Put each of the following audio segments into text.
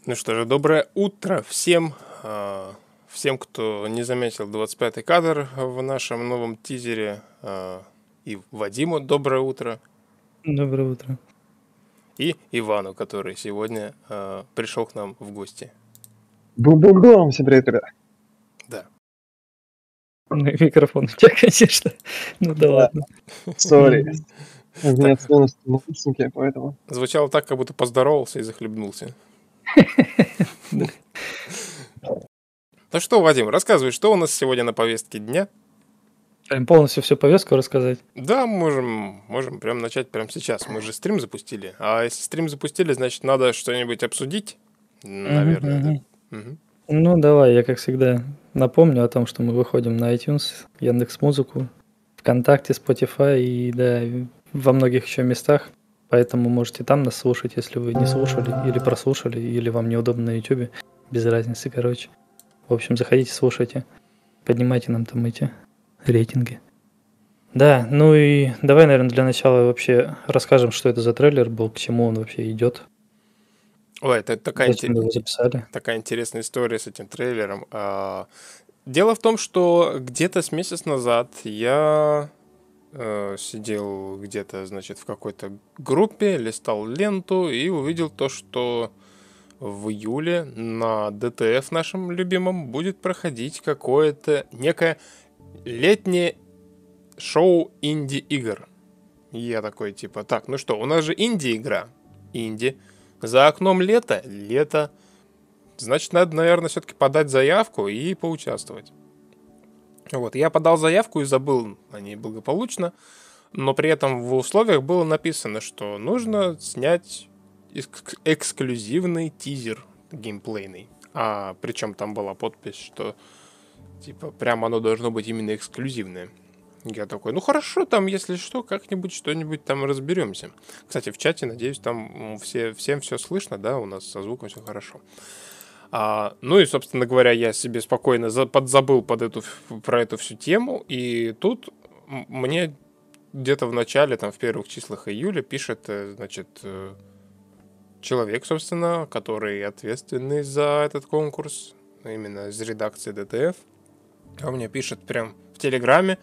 Ну что же, доброе утро всем, всем, кто не заметил 25-й кадр в нашем новом тизере, и Вадиму доброе утро, Доброе утро. и Ивану, который сегодня пришел к нам в гости. Бум-бум-бум! Всем привет, ребята. Да. Микрофон у тебя, конечно. Ну да ладно. Сори. У меня сложности наушники, поэтому... Звучало так, как будто поздоровался и захлебнулся. Ну что, Вадим, рассказывай, что у нас сегодня на повестке дня? Прям полностью всю повестку рассказать. Да, можем прям начать прямо сейчас. Мы же стрим запустили. А если стрим запустили, значит, надо что-нибудь обсудить, наверное, да? Мгм. Ну давай, я как всегда напомню о том, что мы выходим на iTunes, Яндекс.Музыку, ВКонтакте, Spotify и да, во многих еще местах. Поэтому можете там нас слушать, если вы не слушали или прослушали, или вам неудобно на YouTube. Без разницы, короче. В общем, заходите, слушайте. Поднимайте нам там эти рейтинги. Да, ну и давай, наверное, для начала вообще расскажем, что это за трейлер был, к чему он вообще идет. Ой, это такая Зачем его записали? интересная история с этим трейлером. Дело в том, что где-то с месяц назад я сидел где-то, значит, в какой-то группе, листал ленту и увидел то, что в июле на DTF нашем любимом будет проходить какое-то некое летнее шоу инди-игр. И я такой, типа, так, ну что, у нас же инди-игра. Инди. За окном лето. Значит, надо, наверное, все-таки подать заявку и поучаствовать. Вот, я подал заявку и забыл о ней благополучно, но при этом в условиях было написано, что нужно снять эксклюзивный тизер геймплейный. А причем там была подпись, что типа прям оно должно быть именно эксклюзивное. Я такой, ну хорошо, там, если что, как-нибудь что-нибудь там разберемся. Кстати, в чате, надеюсь, там всем все слышно, да, у нас со звуком все хорошо. Ну и, собственно говоря, я себе спокойно подзабыл про эту всю тему, и тут мне где-то в начале, там, в первых числах июля пишет, значит, человек, собственно, который ответственный за этот конкурс, именно из редакции DTF. Он мне пишет прям в Телеграме,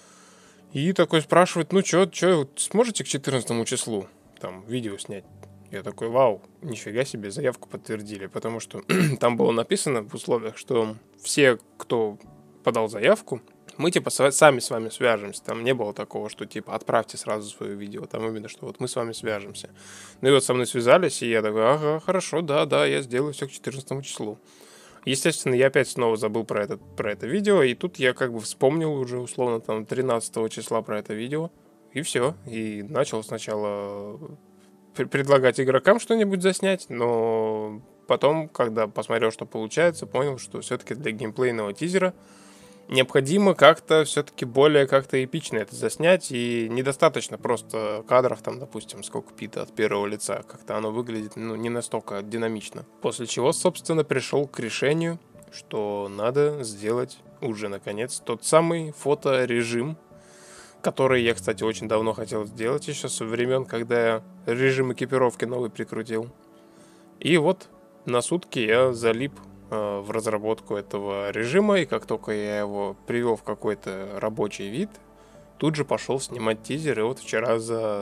и такой спрашивает, ну чё, сможете к 14 числу там видео снять? Я такой, вау, нифига себе, заявку подтвердили, потому что там было написано в условиях, что все, кто подал заявку, мы типа сами с вами свяжемся. Там не было такого, что типа отправьте сразу свое видео, там именно, что вот мы с вами свяжемся. Ну и вот со мной связались, и я такой, ага, хорошо, да, я сделаю все к 14 числу. Естественно, я опять снова забыл про это видео, и тут я как бы вспомнил уже условно там 13 числа про это видео, и все. И начал сначала предлагать игрокам что-нибудь заснять, но потом, когда посмотрел, что получается, понял, что все-таки для геймплейного тизера необходимо как-то все-таки более как-то эпично это заснять, и недостаточно просто кадров, там, допустим, с кокпита от первого лица, как-то оно выглядит, не настолько динамично. После чего, собственно, пришел к решению, что надо сделать уже, наконец, тот самый фоторежим, который я, кстати, очень давно хотел сделать еще со времен, когда я режим экипировки новый прикрутил. И вот на сутки я залип в разработку этого режима, и как только я его привел в какой-то рабочий вид, тут же пошел снимать тизер, и вот вчера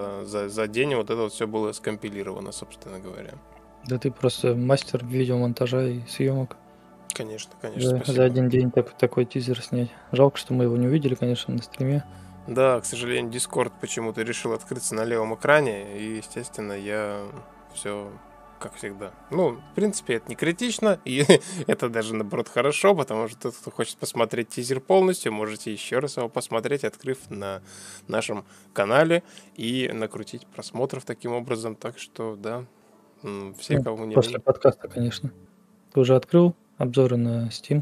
за день вот это вот все было скомпилировано, собственно говоря. Да ты просто мастер видеомонтажа и съемок. Конечно, За спасибо. один день такой тизер снять. Жалко, что мы его не увидели, конечно, на стриме. Да, к сожалению, Discord почему-то решил открыться на левом экране, и, естественно, я все как всегда. Ну, в принципе, это не критично, и это даже, наоборот, хорошо, потому что тот, кто хочет посмотреть тизер полностью, можете еще раз его посмотреть, открыв на нашем канале, и накрутить просмотров таким образом. Так что, да, все, кому не После подкаста, конечно. Ты уже открыл обзоры на Steam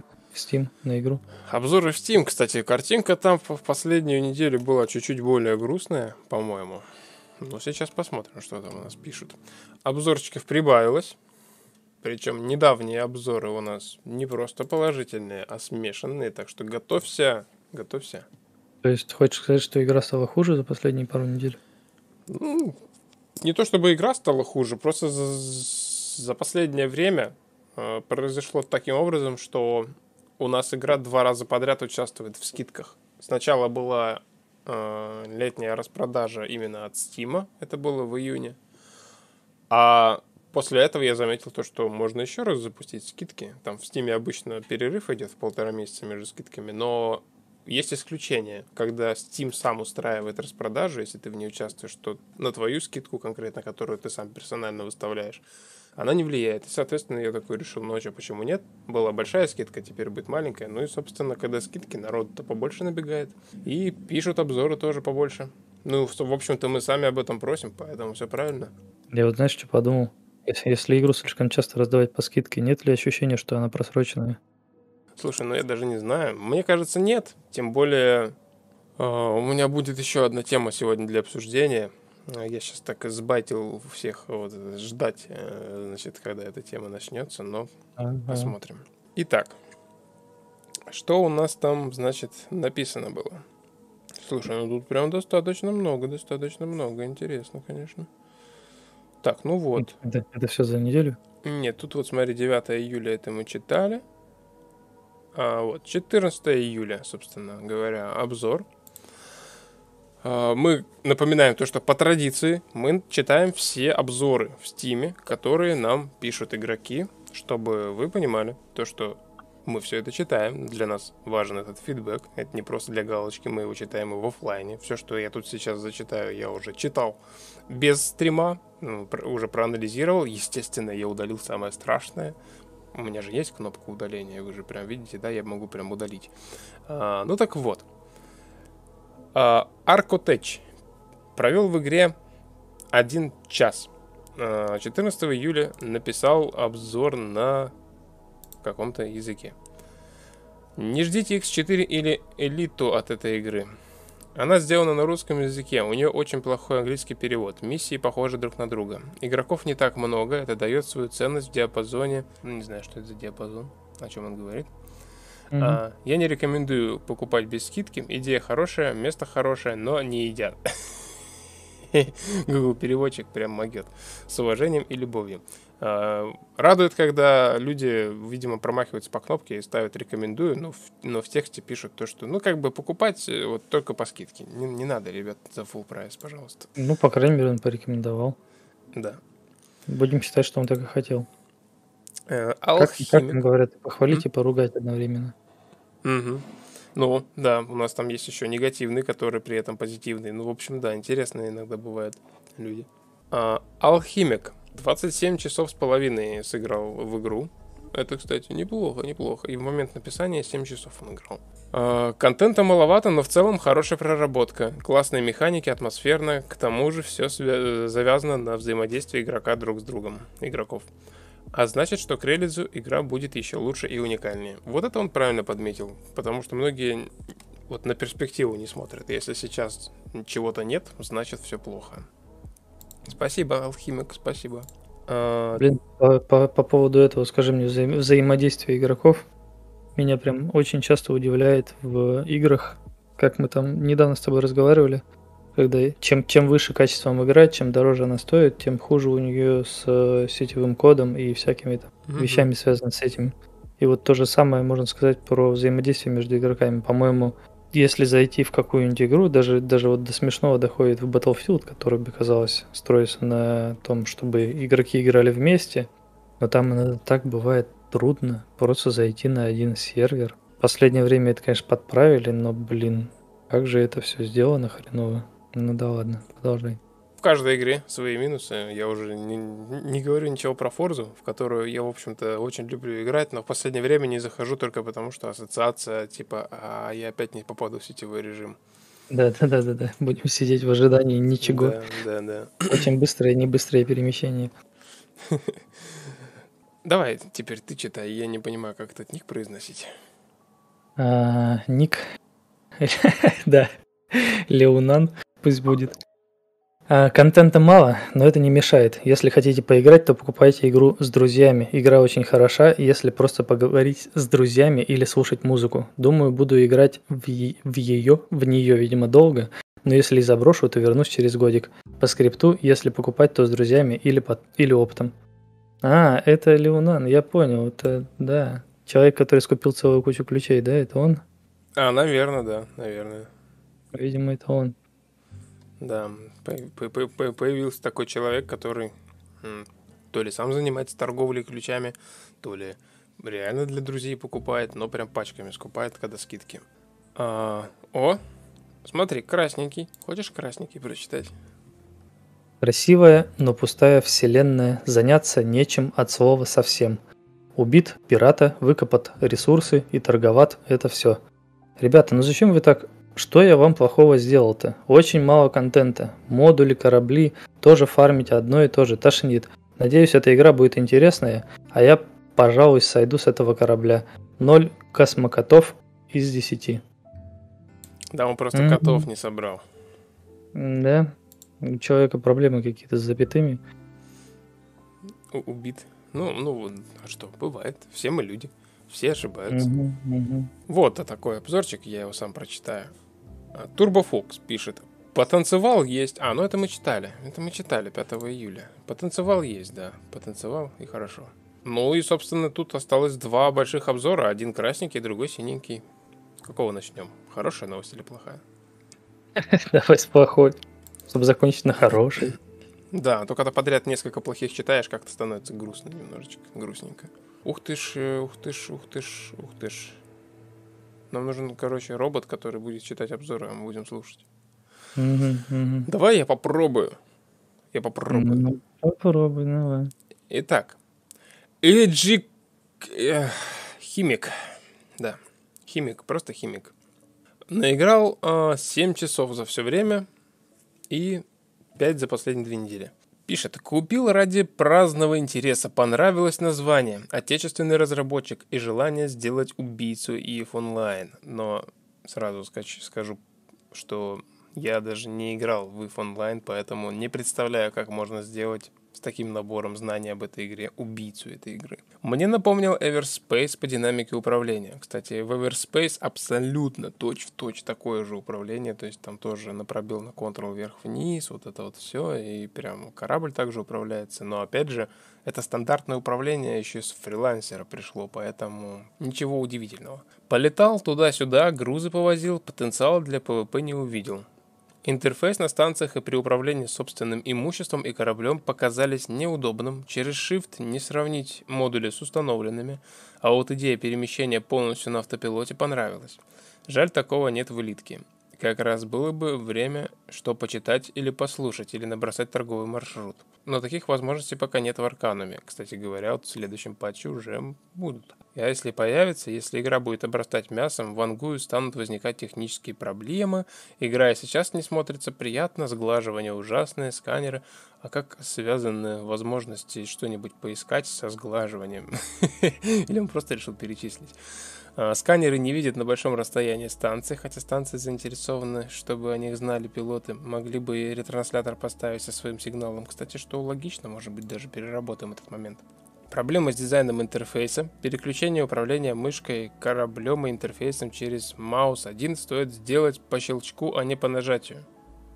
на игру? Обзоры в Steam, кстати, картинка там в последнюю неделю была чуть-чуть более грустная, по-моему. Но сейчас посмотрим, что там у нас пишут. Обзорчиков прибавилось. Причем недавние обзоры у нас не просто положительные, а смешанные. Так что готовься. То есть хочешь сказать, что игра стала хуже за последние пару недель? Ну, не то чтобы игра стала хуже, просто за последнее время произошло таким образом, что у нас игра 2 раза подряд участвует в скидках. Сначала была летняя распродажа именно от Steam, это было в июне. А после этого я заметил то, что можно еще раз запустить скидки. Там в Steam обычно перерыв идет в 1,5 месяца между скидками, но есть исключение, когда Steam сам устраивает распродажу, если ты в ней участвуешь, то на твою скидку конкретно, которую ты сам персонально выставляешь, она не влияет. И, соответственно, я такой решил, ну а что, почему нет? Была большая скидка, теперь будет маленькая. Ну и, собственно, когда скидки, народ-то побольше набегает. И пишут обзоры тоже побольше. Ну, в общем-то, мы сами об этом просим, поэтому все правильно. Я вот знаешь, что подумал? Если игру слишком часто раздавать по скидке, нет ли ощущения, что она просроченная? Слушай, ну я даже не знаю. Мне кажется, нет. Тем более, у меня будет еще одна тема сегодня для обсуждения. Я сейчас так избайтил всех вот, ждать, значит, когда эта тема начнется, но Ага. посмотрим. Итак, что у нас там, значит, написано было? Слушай, ну тут прям достаточно много, интересно, конечно. Так, ну вот. Это все за неделю? Нет, тут вот смотри, 9 июля это мы читали. А вот 14 июля, собственно говоря, обзор. Мы напоминаем то, что по традиции мы читаем все обзоры в Steam, которые нам пишут игроки, чтобы вы понимали то, что мы все это читаем. Для нас важен этот фидбэк. Это не просто для галочки, мы его читаем и в офлайне. Все, что я тут сейчас зачитаю, я уже читал без стрима, уже проанализировал. Естественно, я удалил самое страшное. У меня же есть кнопка удаления, вы же прям видите, да, я могу прям удалить. Ну так вот. Arcotech провел в игре 1 час. 14 июля написал обзор на каком-то языке. Не ждите X4 или Элиту от этой игры. Она сделана на русском языке, у нее очень плохой английский перевод, миссии похожи друг на друга. Игроков не так много, это дает свою ценность в диапазоне... Не знаю, что это за диапазон, о чем он говорит. Я не рекомендую покупать без скидки. Идея хорошая, место хорошее, но не едят. Google переводчик прям могет. С уважением и любовью. Радует, когда люди, видимо, промахиваются по кнопке и ставят рекомендую, но в тексте пишут то, что, ну, как бы покупать вот только по скидке. Не надо, ребят, за full прайс, пожалуйста. Ну, по крайней мере, он порекомендовал. Да. Будем считать, что он так и хотел. Как Алхимик. там говорят, похвалить и поругать одновременно. Ну, да, у нас там есть еще негативные, которые при этом позитивные. Ну, в общем, да, интересные иногда бывают люди. Алхимик. 27 часов с половиной сыграл в игру. Это, кстати, неплохо. И в момент написания 7 часов он играл. Контента маловато, но в целом хорошая проработка. Классные механики, атмосферно. К тому же все завязано на взаимодействии игрока друг с другом. Игроков. А значит, что к релизу игра будет еще лучше и уникальнее. Вот это он правильно подметил. Потому что многие вот на перспективу не смотрят. Если сейчас чего-то нет, значит все плохо. Спасибо, Алхимик, спасибо. Блин, по поводу этого скажи мне взаимодействие игроков. Меня прям очень часто удивляет в играх, как мы там недавно с тобой разговаривали, когда чем выше качеством игра, чем дороже она стоит, тем хуже у нее с сетевым кодом и всякими там вещами, связанными с этим. И вот то же самое можно сказать про взаимодействие между игроками. По-моему, если зайти в какую-нибудь игру, даже вот до смешного доходит в Battlefield, который бы, казалось, строится на том, чтобы игроки играли вместе, но там иногда так бывает трудно просто зайти на один сервер. В последнее время это, конечно, подправили, но, блин, как же это все сделано хреново. Ну да ладно, продолжай. В каждой игре свои минусы. Я уже не говорю ничего про Форзу, в которую я, в общем-то, очень люблю играть, но в последнее время не захожу только потому, что ассоциация, типа, я опять не попаду в сетевой режим. Да. Будем сидеть в ожидании ничего. Да. Очень быстрое и не быстрое перемещение. Давай, теперь ты читай, я не понимаю, как этот ник произносить. Ник. Да. Леунан. Пусть будет. Контента мало, но это не мешает. Если хотите поиграть, то покупайте игру с друзьями. Игра очень хороша, если просто поговорить с друзьями или слушать музыку. Думаю, буду играть в нее, видимо, долго. Но если и заброшу, то вернусь через годик. По скрипту, если покупать, то с друзьями или оптом. Это Леонан, я понял, это, да. Человек, который скупил целую кучу ключей, да, это он? Наверное, да, наверное. Видимо, это он. Да, появился такой человек, который то ли сам занимается торговлей ключами, то ли реально для друзей покупает, но прям пачками скупает, когда скидки. О, смотри, красненький. Хочешь красненький прочитать? Красивая, но пустая вселенная, заняться нечем от слова совсем. Убит пирата, выкопат ресурсы и торговат — это все. Ребята, ну зачем вы так... Что я вам плохого сделал-то? Очень мало контента. Модули, корабли, тоже фармите одно и то же. Тошнит. Надеюсь, эта игра будет интересная, а я, пожалуй, сойду с этого корабля. 0 космокотов из 10. Да, он просто котов не собрал. Да. У человека проблемы какие-то с запятыми. Убит. Ну, а что, бывает. Все мы люди. Все ошибаются. Вот такой обзорчик, я его сам прочитаю. Турбофокс пишет. Потанцевал есть. Ну это мы читали. Это мы читали 5 июля. Потанцевал есть, да. Потанцевал и хорошо. Ну и, собственно, тут осталось два больших обзора. Один красненький, другой синенький. С какого начнем? Хорошая новость или плохая? Давай с плохой, чтобы закончить на хороший. Да, только когда подряд несколько плохих читаешь, как-то становится грустно немножечко. Грустненько. Ух ты ж, ух ты ж, ух ты ж, ух ты ж. Нам нужен, короче, робот, который будет читать обзоры, а мы будем слушать. Давай я попробую. Попробуй, давай. Итак. Химик. Да. Химик, просто химик. Наиграл 7 часов за все время и 5 за последние 2 недели. Пишет, купил ради праздного интереса, понравилось название, отечественный разработчик и желание сделать убийцу EVE Online. Но сразу скажу, что я даже не играл в EVE Online, поэтому не представляю, как можно сделать с таким набором знаний об этой игре убийцу этой игры. Мне напомнил Everspace по динамике управления. Кстати, в Everspace абсолютно точь-в-точь такое же управление, то есть там тоже на пробел на Ctrl вверх-вниз, вот это вот все, и прям корабль также управляется. Но опять же, это стандартное управление еще с фрилансера пришло, поэтому ничего удивительного. Полетал туда-сюда, грузы повозил, потенциал для PvP не увидел. Интерфейс на станциях и при управлении собственным имуществом и кораблем показались неудобным, через Shift не сравнить модули с установленными, а вот идея перемещения полностью на автопилоте понравилась. Жаль, такого нет в элитке. Как раз было бы время, что почитать или послушать, или набросать торговый маршрут. Но таких возможностей пока нет в Аркануме. Кстати говоря, вот в следующем патче уже будут. А если появится, если игра будет обрастать мясом, в Ангую станут возникать технические проблемы. Игра и сейчас не смотрится приятно, сглаживание ужасное, сканеры. А как связаны возможности что-нибудь поискать со сглаживанием? Или он просто решил перечислить? Сканеры не видят на большом расстоянии станции, хотя станции заинтересованы, чтобы о них знали пилоты. Могли бы и ретранслятор поставить со своим сигналом. Кстати, что логично, может быть, даже переработаем этот момент. Проблемы с дизайном интерфейса. Переключение управления мышкой, кораблем и интерфейсом через маус 1 стоит сделать по щелчку, а не по нажатию.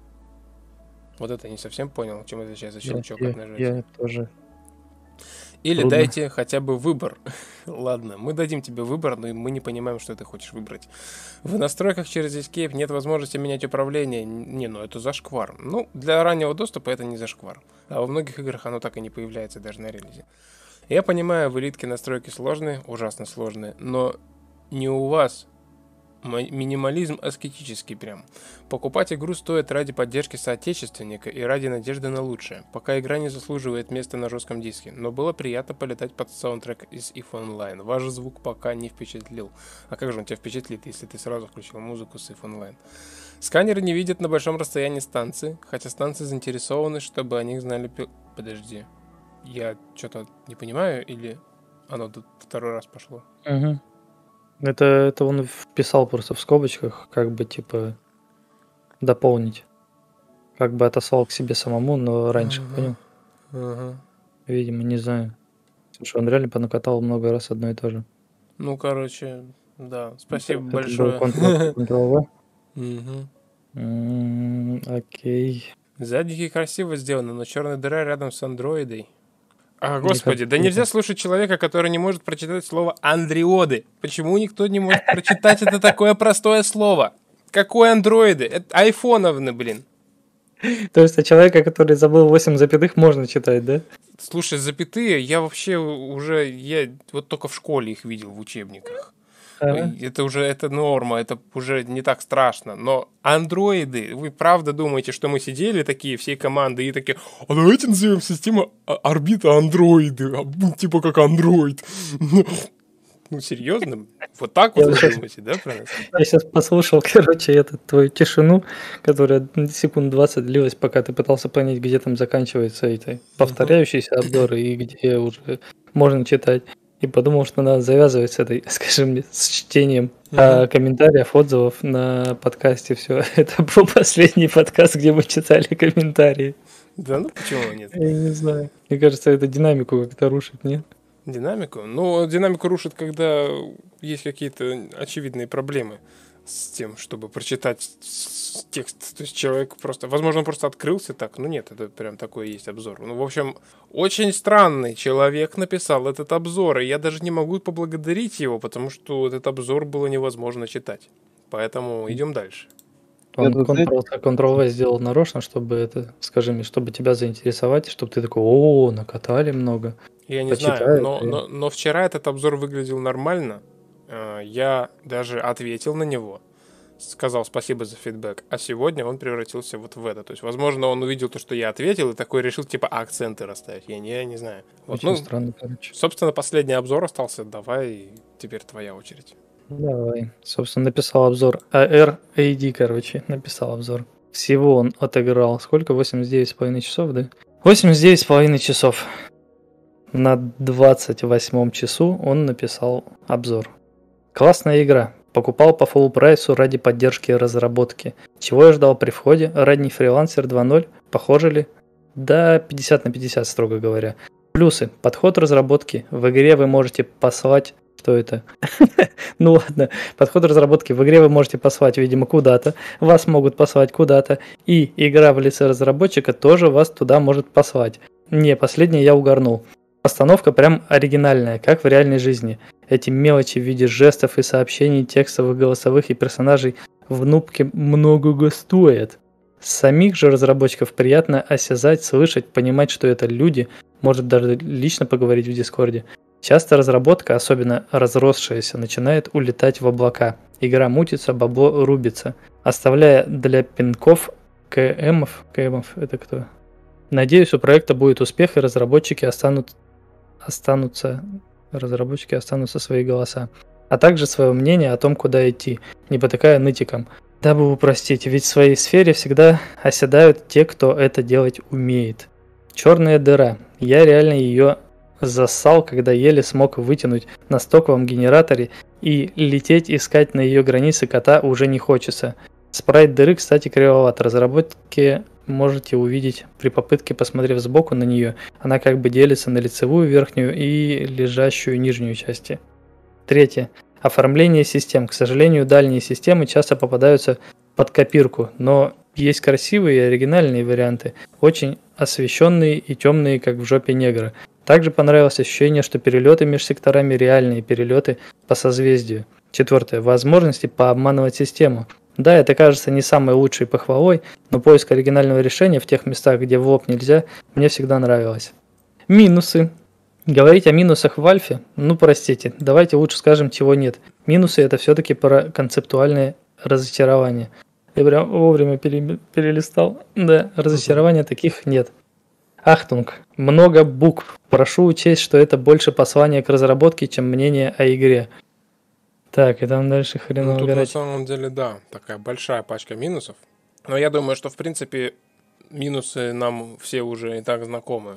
Вот это я не совсем понял, чем отличается щелчок от нажатия. Я тоже. Или Трудно. дайте хотя бы выбор. Ладно, мы дадим тебе выбор, но мы не понимаем, что ты хочешь выбрать. В настройках через Escape нет возможности менять управление. Ну это зашквар. Ну, для раннего доступа это не зашквар. А во многих играх оно так и не появляется даже на релизе. Я понимаю, в элитке настройки сложные, ужасно сложные, но не у вас. Минимализм аскетический прям. Покупать игру стоит ради поддержки соотечественника и ради надежды на лучшее, пока игра не заслуживает места на жестком диске, но было приятно полетать под саундтрек из EVE Online. Ваш звук пока не впечатлил. А как же он тебя впечатлит, если ты сразу включил музыку с EVE Online? Сканеры не видят на большом расстоянии станции, хотя станции заинтересованы, чтобы о них знали... Подожди, я что-то не понимаю, или оно тут второй раз пошло? Угу. Это он вписал просто в скобочках, как бы типа дополнить. Как бы отослал к себе самому, но раньше, понял? Видимо, не знаю. Слушай, он реально понакатал много раз одно и то же. Ну, короче, да. Спасибо Это большое. был Ctrl-V. Мгм. Окей. Задники красиво сделаны, но черная дыра рядом с андроидой. Господи, да нельзя слушать человека, который не может прочитать слово андроиды. Почему никто не может прочитать это такое простое слово? Какое андроиды? Это айфоновны, блин. То есть, человека, который забыл 8 запятых, можно читать, да? Слушай, запятые, я вообще уже, я вот только в школе их видел в учебниках. Это уже, это норма, это уже не так страшно. Но андроиды, вы правда думаете, что мы сидели такие, всей команды, и такие, а давайте назовем систему орбита андроиды, типа как андроид. Ну, серьезно? Вот так вот вы думаете, да, про нас? Я сейчас послушал, короче, твою тишину, которая секунд 20 длилась, пока ты пытался понять, где там заканчиваются эти повторяющиеся обзоры и где уже можно читать. И подумал, что надо завязывать с этой, скажем, с чтением комментариев, отзывов на подкасте. Все, это был последний подкаст, где мы читали комментарии. Да, ну почему нет? Я не знаю. Мне кажется, это динамику как-то рушит, нет? Динамику? Ну, динамику рушит, когда есть какие-то очевидные проблемы с тем, чтобы прочитать текст. То есть человек просто... Возможно, он просто открылся так. Ну нет, это прям такой есть обзор. Ну, в общем, очень странный человек написал этот обзор, и я даже не могу поблагодарить его, потому что этот обзор было невозможно читать. Поэтому идем дальше. Он Ctrl-V сделал нарочно, чтобы это, скажи мне, чтобы тебя заинтересовать, чтобы ты такой, о, накатали много. Я не знаю, но вчера этот обзор выглядел нормально. Я даже ответил на него, сказал спасибо за фидбэк, а сегодня он превратился вот в это. То есть, возможно, он увидел то, что я ответил, и такой решил, типа, акценты расставить. Я не знаю. Очень странно, короче. Собственно, последний обзор остался. Давай, теперь твоя очередь. Давай. Собственно, написал обзор. AD, короче, написал обзор. Всего он отыграл. Сколько? 89,5 часов, да? 89,5 часов. На 28 часу он написал обзор. Классная игра. Покупал по фулл прайсу ради поддержки разработки. Чего я ждал при входе? Ранний фрилансер 2.0. Похоже ли? Да, 50/50, строго говоря. Плюсы. Подход разработки. В игре вы можете послать... Что это? Ну ладно. Подход разработки. В игре вы можете послать, видимо, куда-то. Вас могут послать куда-то. И игра в лице разработчика тоже вас туда может послать. Не, последнее я угорнул. Постановка прям оригинальная, как в реальной жизни. Эти мелочи в виде жестов и сообщений, текстовых, голосовых и персонажей в нубке многого стоят. Самих же разработчиков приятно осязать, слышать, понимать, что это люди, может даже лично поговорить в Дискорде. Часто разработка, особенно разросшаяся, начинает улетать в облака. Игра мутится, бабло рубится, оставляя для пинков КМов это кто? Надеюсь, у проекта будет успех, и разработчики останутся свои голоса, а также свое мнение о том, куда идти, не потакая нытиком. Дабы упростить, ведь в своей сфере всегда оседают те, кто это делать умеет. Черная дыра. Я реально ее зассал, когда еле смог вытянуть на стоковом генераторе, и лететь искать на ее границе кота уже не хочется. Спрайт дыры, кстати, кривоват. Разработки можете увидеть при попытке, посмотрев сбоку на нее. Она как бы делится на лицевую верхнюю и лежащую нижнюю части. Третье. Оформление систем. К сожалению, дальние системы часто попадаются под копирку, но есть красивые и оригинальные варианты, очень освещенные и темные, как в жопе негра. Также понравилось ощущение, что перелеты между секторами реальные перелеты по созвездию. Четвертое. Возможности пообманывать систему. Да, это кажется не самой лучшей похвалой, но поиск оригинального решения в тех местах, где в лоб нельзя, мне всегда нравилось. Минусы. Говорить о минусах в Альфе? Ну, простите, давайте лучше скажем, чего нет. Минусы – это все-таки про концептуальное разочарование. Я прям вовремя перелистал. Да, разочарования таких нет. Ахтунг. Много букв. Прошу учесть, что это больше послание к разработке, чем мнение о игре. Так, и там дальше хреново тут на самом деле, да, такая большая пачка минусов. Но я думаю, что, в принципе, минусы нам все уже и так знакомы.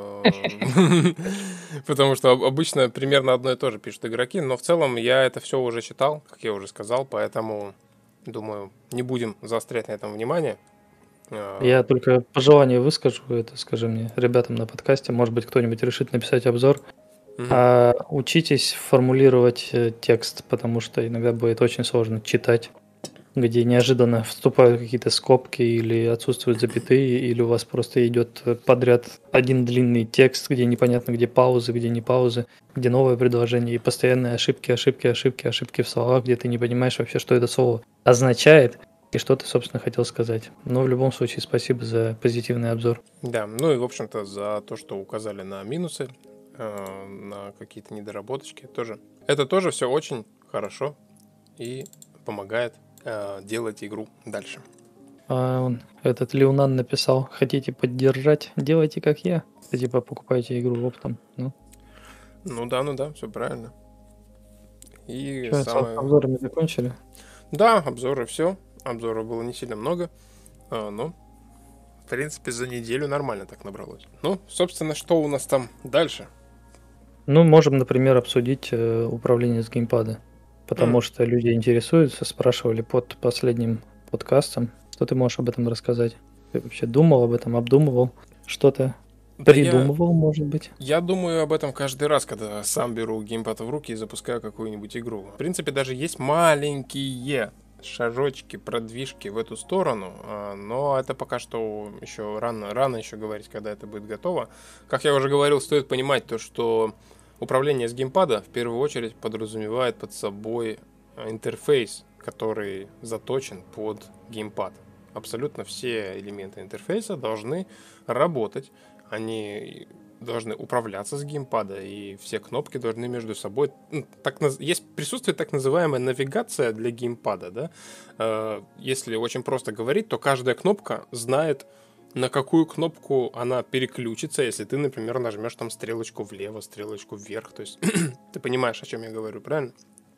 Потому что обычно примерно одно и то же пишут игроки. Но в целом я это все уже читал, как я уже сказал. Поэтому, думаю, не будем заострять на этом внимание. Я только пожелание выскажу, это скажи мне ребятам на подкасте, может быть, кто-нибудь решит написать обзор. Учитесь формулировать текст, потому что иногда будет очень сложно читать. где неожиданно вступают какие-то скобки или отсутствуют запятые, или у вас просто идет подряд один длинный текст, где непонятно, где паузы, где не паузы, где новое предложение, и постоянные ошибки, ошибки, ошибки, ошибки в словах, где ты не понимаешь вообще, что это слово означает и что ты, собственно, хотел сказать. Но в любом случае, спасибо за позитивный обзор. Да, ну и, в общем-то, за то, что указали на минусы, на какие-то недоработочки тоже. Это тоже все очень хорошо и помогает делать игру дальше. Этот Леонан написал: хотите поддержать, делайте как я. Типа покупайте игру оптом. Ну да, все правильно. И Что, с самое... обзорами закончили? Да, обзоры все. Обзоров было не сильно много, но, в принципе, за неделю нормально так набралось. Ну, собственно, что у нас там дальше? Ну, можем, например, обсудить управление с геймпада. Потому что люди интересуются, спрашивали под последним подкастом. Что ты можешь об этом рассказать? Ты вообще думал об этом, обдумывал? Что-то придумывал, может быть? Я думаю об этом каждый раз, когда сам беру геймпад в руки и запускаю какую-нибудь игру. В принципе, даже есть маленькие шажочки, продвижки в эту сторону, но это пока что еще рано еще говорить, когда это будет готово. Как я уже говорил, стоит понимать то, что управление с геймпада в первую очередь подразумевает под собой интерфейс, который заточен под геймпад. Абсолютно все элементы интерфейса должны работать, они должны управляться с геймпада, и все кнопки должны между собой... присутствует так называемая навигация для геймпада, да? Если очень просто говорить, то каждая кнопка знает, на какую кнопку она переключится, если ты, например, нажмешь там стрелочку влево, стрелочку вверх. То есть ты понимаешь, о чем я говорю, правильно?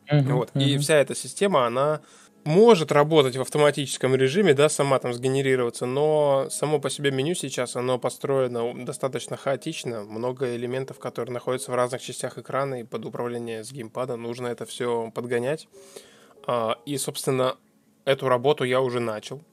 И вся эта система, она может работать в автоматическом режиме, да, сама там сгенерироваться, но само по себе меню сейчас, оно построено достаточно хаотично, много элементов, которые находятся в разных частях экрана, и под управление с геймпада нужно это все подгонять. И, собственно, эту работу я уже начал.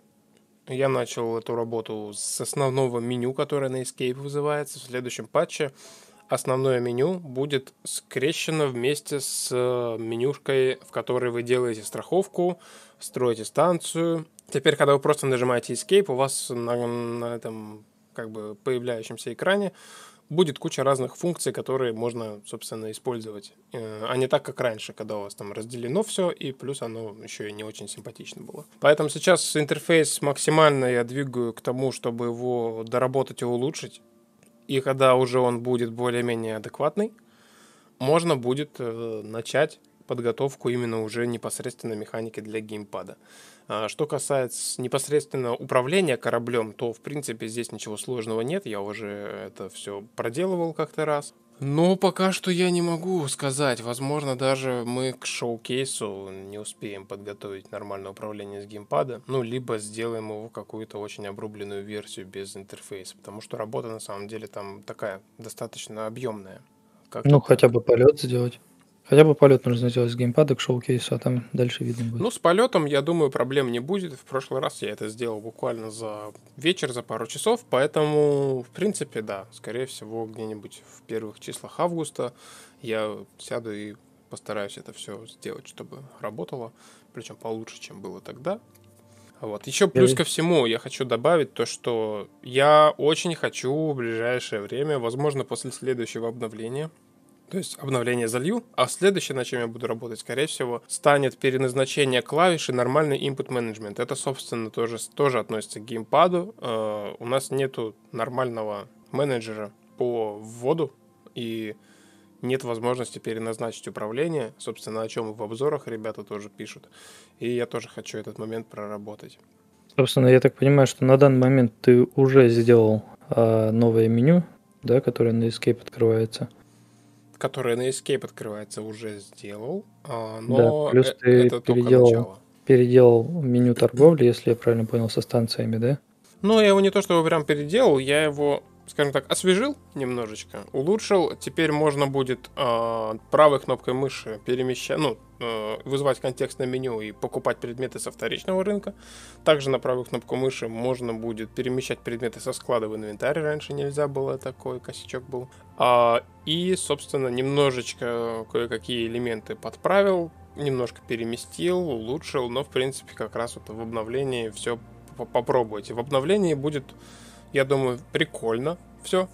Я начал эту работу с основного меню, которое на Escape вызывается. В следующем патче основное меню будет скрещено вместе с менюшкой, в которой вы делаете страховку, строите станцию. Теперь, когда вы просто нажимаете Escape, у вас на этом как бы появляющемся экране будет куча разных функций, которые можно, собственно, использовать. А не так, как раньше, когда у вас там разделено все, и плюс оно еще и не очень симпатично было. Поэтому сейчас интерфейс максимально я двигаю к тому, чтобы его доработать и улучшить. И когда уже он будет более-менее адекватный, можно будет начать подготовку именно уже непосредственно механики для геймпада. Что касается непосредственно управления кораблем, то в принципе здесь ничего сложного нет. Я уже это все проделывал как-то раз. Но пока что я не могу сказать. Возможно, даже мы к шоу-кейсу не успеем подготовить нормальное управление с геймпада. Ну, либо сделаем его какую-то очень обрубленную версию без интерфейса. Потому что работа на самом деле там такая достаточно объемная. Хотя бы полет сделать. Хотя бы полет нужно сделать с геймпада к шоу-кейсу, а там дальше видно будет. Ну, с полетом, я думаю, проблем не будет. В прошлый раз я это сделал буквально за вечер, за пару часов. Поэтому, в принципе, да, скорее всего, где-нибудь в первых числах августа я сяду и постараюсь это все сделать, чтобы работало. Причем получше, чем было тогда. Вот. Еще плюс ко всему я хочу добавить то, что я очень хочу в ближайшее время, возможно, после следующего обновления, то есть обновление залью, а следующее, на чем я буду работать, скорее всего, станет переназначение клавиш и нормальный input management. Это, собственно, тоже относится к геймпаду. У нас нету нормального менеджера по вводу, и нет возможности переназначить управление, собственно, о чем в обзорах ребята тоже пишут. И я тоже хочу этот момент проработать. Собственно, я так понимаю, что на данный момент ты уже сделал новое меню, да, которое на Escape открывается. Которое на Escape открывается, уже сделал, но да, плюс ты это только начало. Переделал меню торговли, если я правильно понял, со станциями, да? Ну, я его не то чтобы прям переделал, я его, скажем так, освежил немножечко, улучшил. Теперь можно будет правой кнопкой мыши перемещать, вызывать контекстное меню и покупать предметы со вторичного рынка. Также на правую кнопку мыши можно будет перемещать предметы со склада в инвентарь. Раньше нельзя было, такой косячок был. И, собственно, немножечко кое-какие элементы подправил. немножко переместил, улучшил, но, в принципе, как раз вот в обновлении все попробуйте. В обновлении будет, я думаю, прикольно все.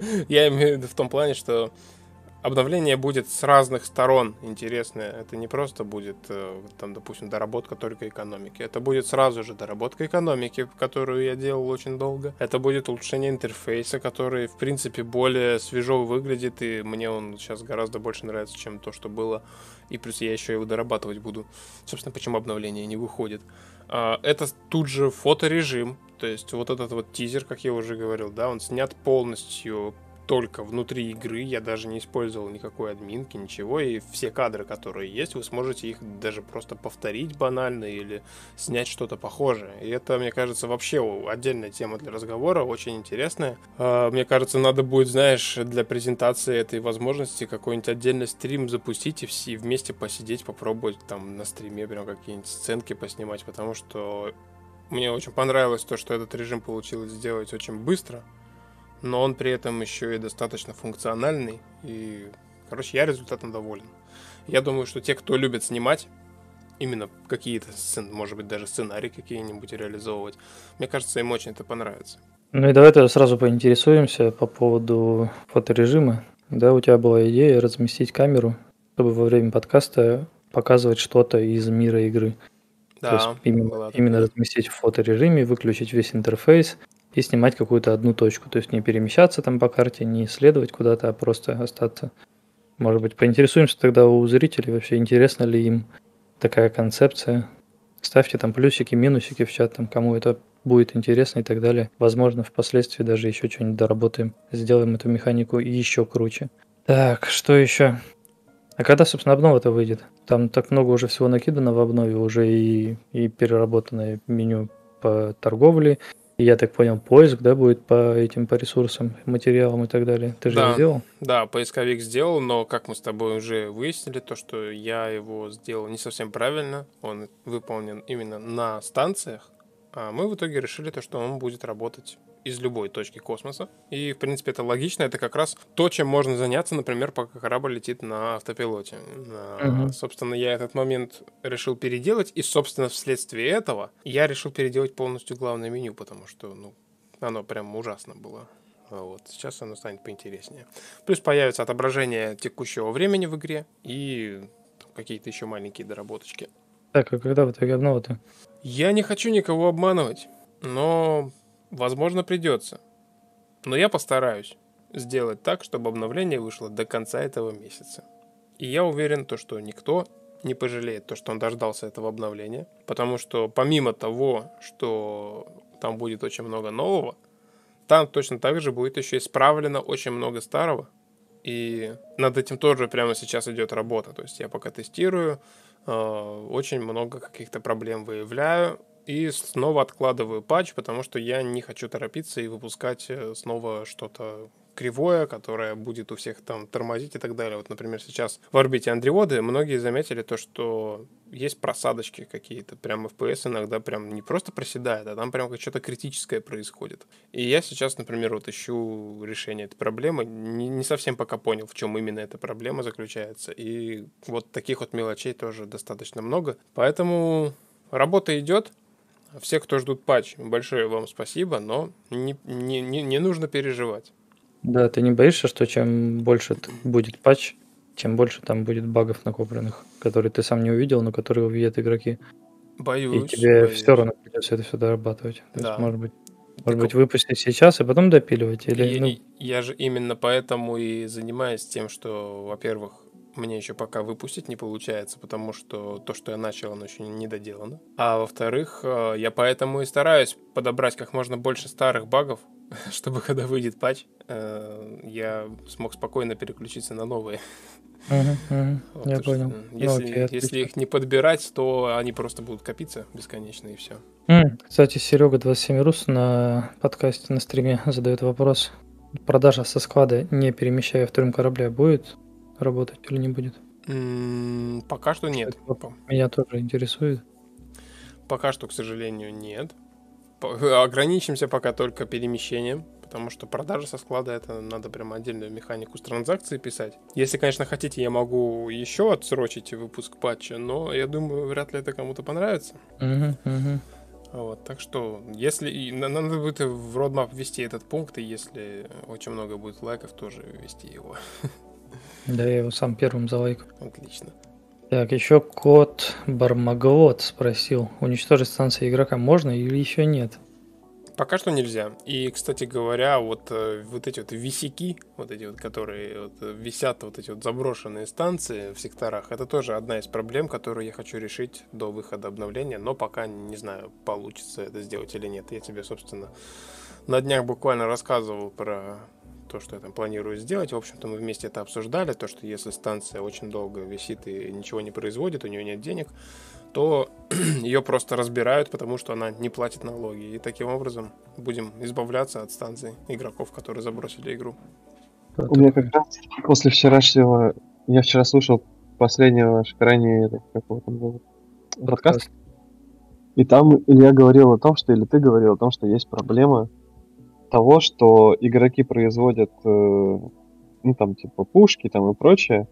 Я имею в виду в том плане, что обновление будет с разных сторон интересное. Это не просто будет, там, допустим, доработка только экономики. Это будет сразу же доработка экономики, которую я делал очень долго. Это будет улучшение интерфейса, который, в принципе, более свежо выглядит, и мне он сейчас гораздо больше нравится, чем то, что было. И плюс я еще его дорабатывать буду. Собственно, почему обновление не выходит. Это тут же фоторежим. То есть вот этот вот тизер, как я уже говорил, да, он снят полностью только внутри игры, я даже не использовал никакой админки, ничего, и все кадры, которые есть, вы сможете их даже просто повторить банально или снять что-то похожее. И это, мне кажется, вообще отдельная тема для разговора, очень интересная. Мне кажется, надо будет, знаешь, для презентации этой возможности какой-нибудь отдельный стрим запустить и все вместе посидеть, попробовать там на стриме прям какие-нибудь сценки поснимать, потому что мне очень понравилось то, что этот режим получилось сделать очень быстро, но он при этом еще и достаточно функциональный. И, короче, я результатом доволен. Я думаю, что те, кто любит снимать, именно какие-то, может быть, даже сценарии какие-нибудь реализовывать, мне кажется, им очень это понравится. Ну и давай тогда сразу поинтересуемся по поводу фоторежима. Да, у тебя была идея разместить камеру, чтобы во время подкаста показывать что-то из мира игры. То есть именно разместить в фоторежиме, выключить весь интерфейс и снимать какую-то одну точку. То есть не перемещаться там по карте, не исследовать куда-то, а просто остаться. Может быть, поинтересуемся тогда у зрителей вообще, интересна ли им такая концепция. Ставьте там плюсики, минусики в чат, там, кому это будет интересно и так далее. Возможно, впоследствии даже еще что-нибудь доработаем, сделаем эту механику еще круче. Так, что еще? А когда, собственно, обнова-то выйдет? Там так много уже всего накидано в обнове, уже и переработанное меню по торговле, и, я так понял, поиск, да, будет по ресурсам, материалам и так далее. Ты же его сделал? Да, поисковик сделал, но, как мы с тобой уже выяснили, то, что я его сделал не совсем правильно, он выполнен именно на станциях, а мы в итоге решили то, что он будет работать из любой точки космоса. И, в принципе, это логично. Это как раз то, чем можно заняться, например, пока корабль летит на автопилоте. Собственно, я этот момент решил переделать. И, собственно, вследствие этого я решил переделать полностью главное меню, потому что, оно прям ужасно было. Вот. Сейчас оно станет поинтереснее. Плюс появится отображение текущего времени в игре и какие-то еще маленькие доработочки. Так, а когда в итоге обнова-то? Я не хочу никого обманывать, но... возможно, придется. Но я постараюсь сделать так, чтобы обновление вышло до конца этого месяца. И я уверен, что никто не пожалеет то, что он дождался этого обновления. Потому что помимо того, что там будет очень много нового, там точно так же будет еще исправлено очень много старого. И над этим тоже прямо сейчас идет работа. То есть я пока тестирую, очень много каких-то проблем выявляю. И снова откладываю патч, потому что я не хочу торопиться и выпускать снова что-то кривое, которое будет у всех там тормозить и так далее. Вот, например, сейчас в орбите Андромеды многие заметили то, что есть просадочки какие-то. Прям FPS иногда прям не просто проседает, а там прям что-то критическое происходит. И я сейчас, например, вот ищу решение этой проблемы. Не совсем пока понял, в чем именно эта проблема заключается. И вот таких вот мелочей тоже достаточно много. Поэтому работа идет. Все, кто ждут патч, большое вам спасибо, но не нужно переживать. Да, ты не боишься, что чем больше будет патч, тем больше там будет багов накопленных, которые ты сам не увидел, но которые увидят игроки. Боюсь. И тебе все равно придется это все дорабатывать. То есть, может быть, выпустить сейчас и потом допиливать? Или, Я же именно поэтому и занимаюсь тем, что, во-первых, мне еще пока выпустить не получается, потому что то, что я начал, оно еще не доделано. А во-вторых, я поэтому и стараюсь подобрать как можно больше старых багов, чтобы когда выйдет патч, я смог спокойно переключиться на новые. Я понял. Если их не подбирать, то они просто будут копиться бесконечно и все. Кстати, Серега 27 Рус на подкасте, на стриме задает вопрос. Продажа со склада, не перемещая вторым корабля, будет работать или не будет? Пока что нет. Меня тоже интересует. Пока что, к сожалению, нет. Ограничимся пока только перемещением, потому что продажи со склада — это надо прям отдельную механику с транзакцией писать. Если, конечно, хотите, я могу еще отсрочить выпуск патча, но я думаю, вряд ли это кому-то понравится. Вот, так что, если надо будет в roadmap ввести этот пункт, и если очень много будет лайков, тоже ввести его. Да, я его сам первым залайкал. Отлично. Так, еще кот Бармаглот спросил, уничтожить станции игрока можно или еще нет? Пока что нельзя. И, кстати говоря, вот эти вот висяки, вот эти вот, которые вот висят, вот эти вот заброшенные станции в секторах, это тоже одна из проблем, которую я хочу решить до выхода обновления, но пока не знаю, получится это сделать или нет. Я тебе, собственно, на днях буквально рассказывал про то, что я там планирую сделать. В общем-то, мы вместе это обсуждали, то, что если станция очень долго висит и ничего не производит, у нее нет денег, то ее просто разбирают, потому что она не платит налоги. И таким образом будем избавляться от станций игроков, которые забросили игру. У меня как раз после вчерашнего... Я вчера слушал последнего ваш крайний... Как его там зовут? Подкаст. И там Илья говорил о том, что... Или ты говорил о том, что есть проблема того, что игроки производят, ну, там, типа, пушки там и прочее,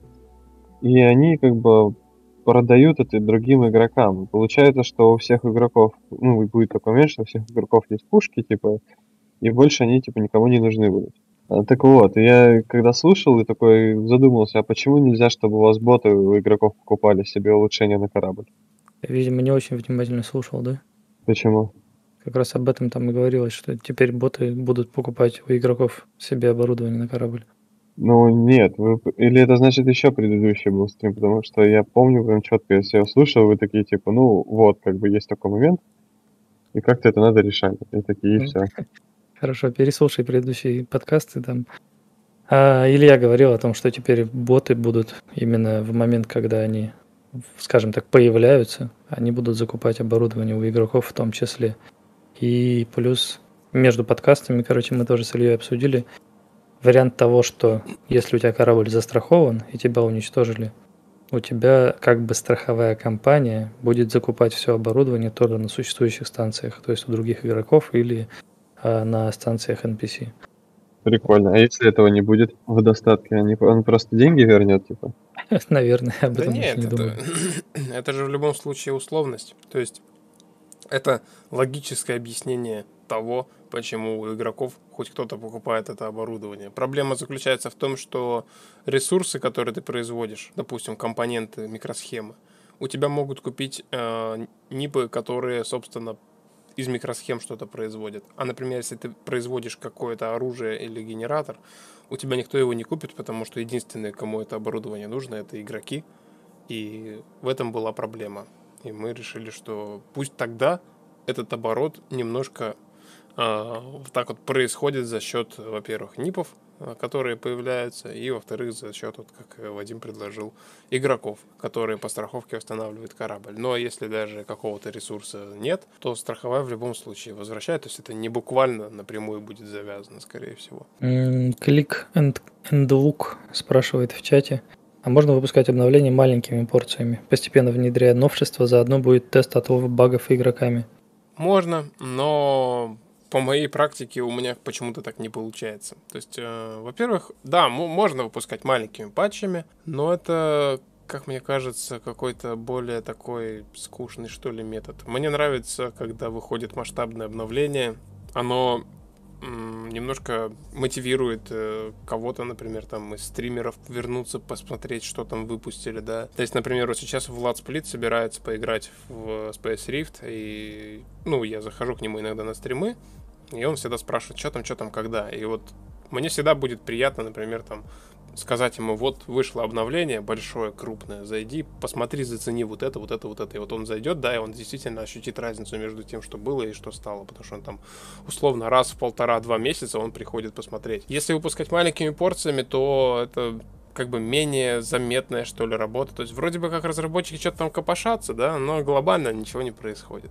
и они, как бы, продают это другим игрокам. Получается, что у всех игроков, ну, будет такой момент, что у всех игроков есть пушки, типа, и больше они, типа, никому не нужны будут. Так вот, я когда слушал и такой задумался, а почему нельзя, чтобы у вас боты у игроков покупали себе улучшения на корабль? Я, видимо, не очень внимательно слушал, да? Почему? Как раз об этом там и говорилось, что теперь боты будут покупать у игроков себе оборудование на корабль. Ну, нет, или это значит еще предыдущий был стрим, потому что я помню прям четко, если я слушал, вы такие, типа, ну, вот, как бы есть такой момент, и как-то это надо решать. И такие, и все. Хорошо, переслушай предыдущие подкасты там. Илья говорил о том, что теперь боты будут именно в момент, когда они, скажем так, появляются, они будут закупать оборудование у игроков в том числе. И плюс между подкастами, короче, мы тоже с Ильей обсудили вариант того, что если у тебя корабль застрахован и тебя уничтожили, у тебя как бы страховая компания будет закупать все оборудование тоже на существующих станциях, то есть у других игроков или на станциях NPC. Прикольно. А если этого не будет в достатке, он просто деньги вернет, типа? Наверное, об Да этом нет, не думаю. это же в любом случае условность. То есть это логическое объяснение того, почему у игроков хоть кто-то покупает это оборудование. Проблема заключается в том, что ресурсы, которые ты производишь, допустим, компоненты, микросхемы, у тебя могут купить НИПы, которые, собственно, из микросхем что-то производят. А, например, если ты производишь какое-то оружие или генератор, у тебя никто его не купит, потому что единственные, кому это оборудование нужно, это игроки. И в этом была проблема. И мы решили, что пусть тогда этот оборот немножко вот так вот происходит за счет, во-первых, НИПов, которые появляются, и, во-вторых, за счет, вот, как Вадим предложил, игроков, которые по страховке восстанавливают корабль. Но если даже какого-то ресурса нет, то страховая в любом случае возвращает, то есть это не буквально напрямую будет завязано, скорее всего. Click and Look спрашивает в чате. А можно выпускать обновления маленькими порциями, постепенно внедряя новшества, заодно будет тест отлова багов игроками? Можно, но по моей практике у меня почему-то так не получается. То есть, во-первых, да, можно выпускать маленькими патчами, но это, как мне кажется, какой-то более такой скучный, что ли, метод. Мне нравится, когда выходит масштабное обновление, оно немножко мотивирует кого-то, например, там из стримеров вернуться, посмотреть, что там выпустили, да. То есть, например, вот сейчас Влад Сплит собирается поиграть в Space Rift, и, ну, я захожу к нему иногда на стримы, и он всегда спрашивает, что там, когда. И вот мне всегда будет приятно, например, там, сказать ему, вот вышло обновление большое, крупное, зайди, посмотри, зацени вот это. И вот он зайдет, да, и он действительно ощутит разницу между тем, что было и что стало, потому что он там условно раз в 1,5-2 месяца он приходит посмотреть. Если выпускать маленькими порциями, то это как бы менее заметная, что ли, работа. То есть вроде бы как разработчики что-то там копошатся, да, но глобально ничего не происходит.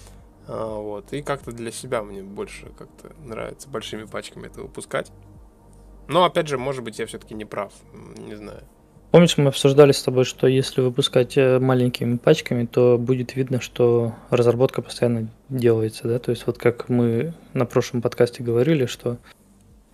Вот. И как-то для себя мне больше как-то нравится большими пачками это выпускать. Но, опять же, может быть, я все-таки не прав. Не знаю. Помнишь, мы обсуждали с тобой, что если выпускать маленькими пачками, то будет видно, что разработка постоянно делается, да? То есть вот как мы на прошлом подкасте говорили, что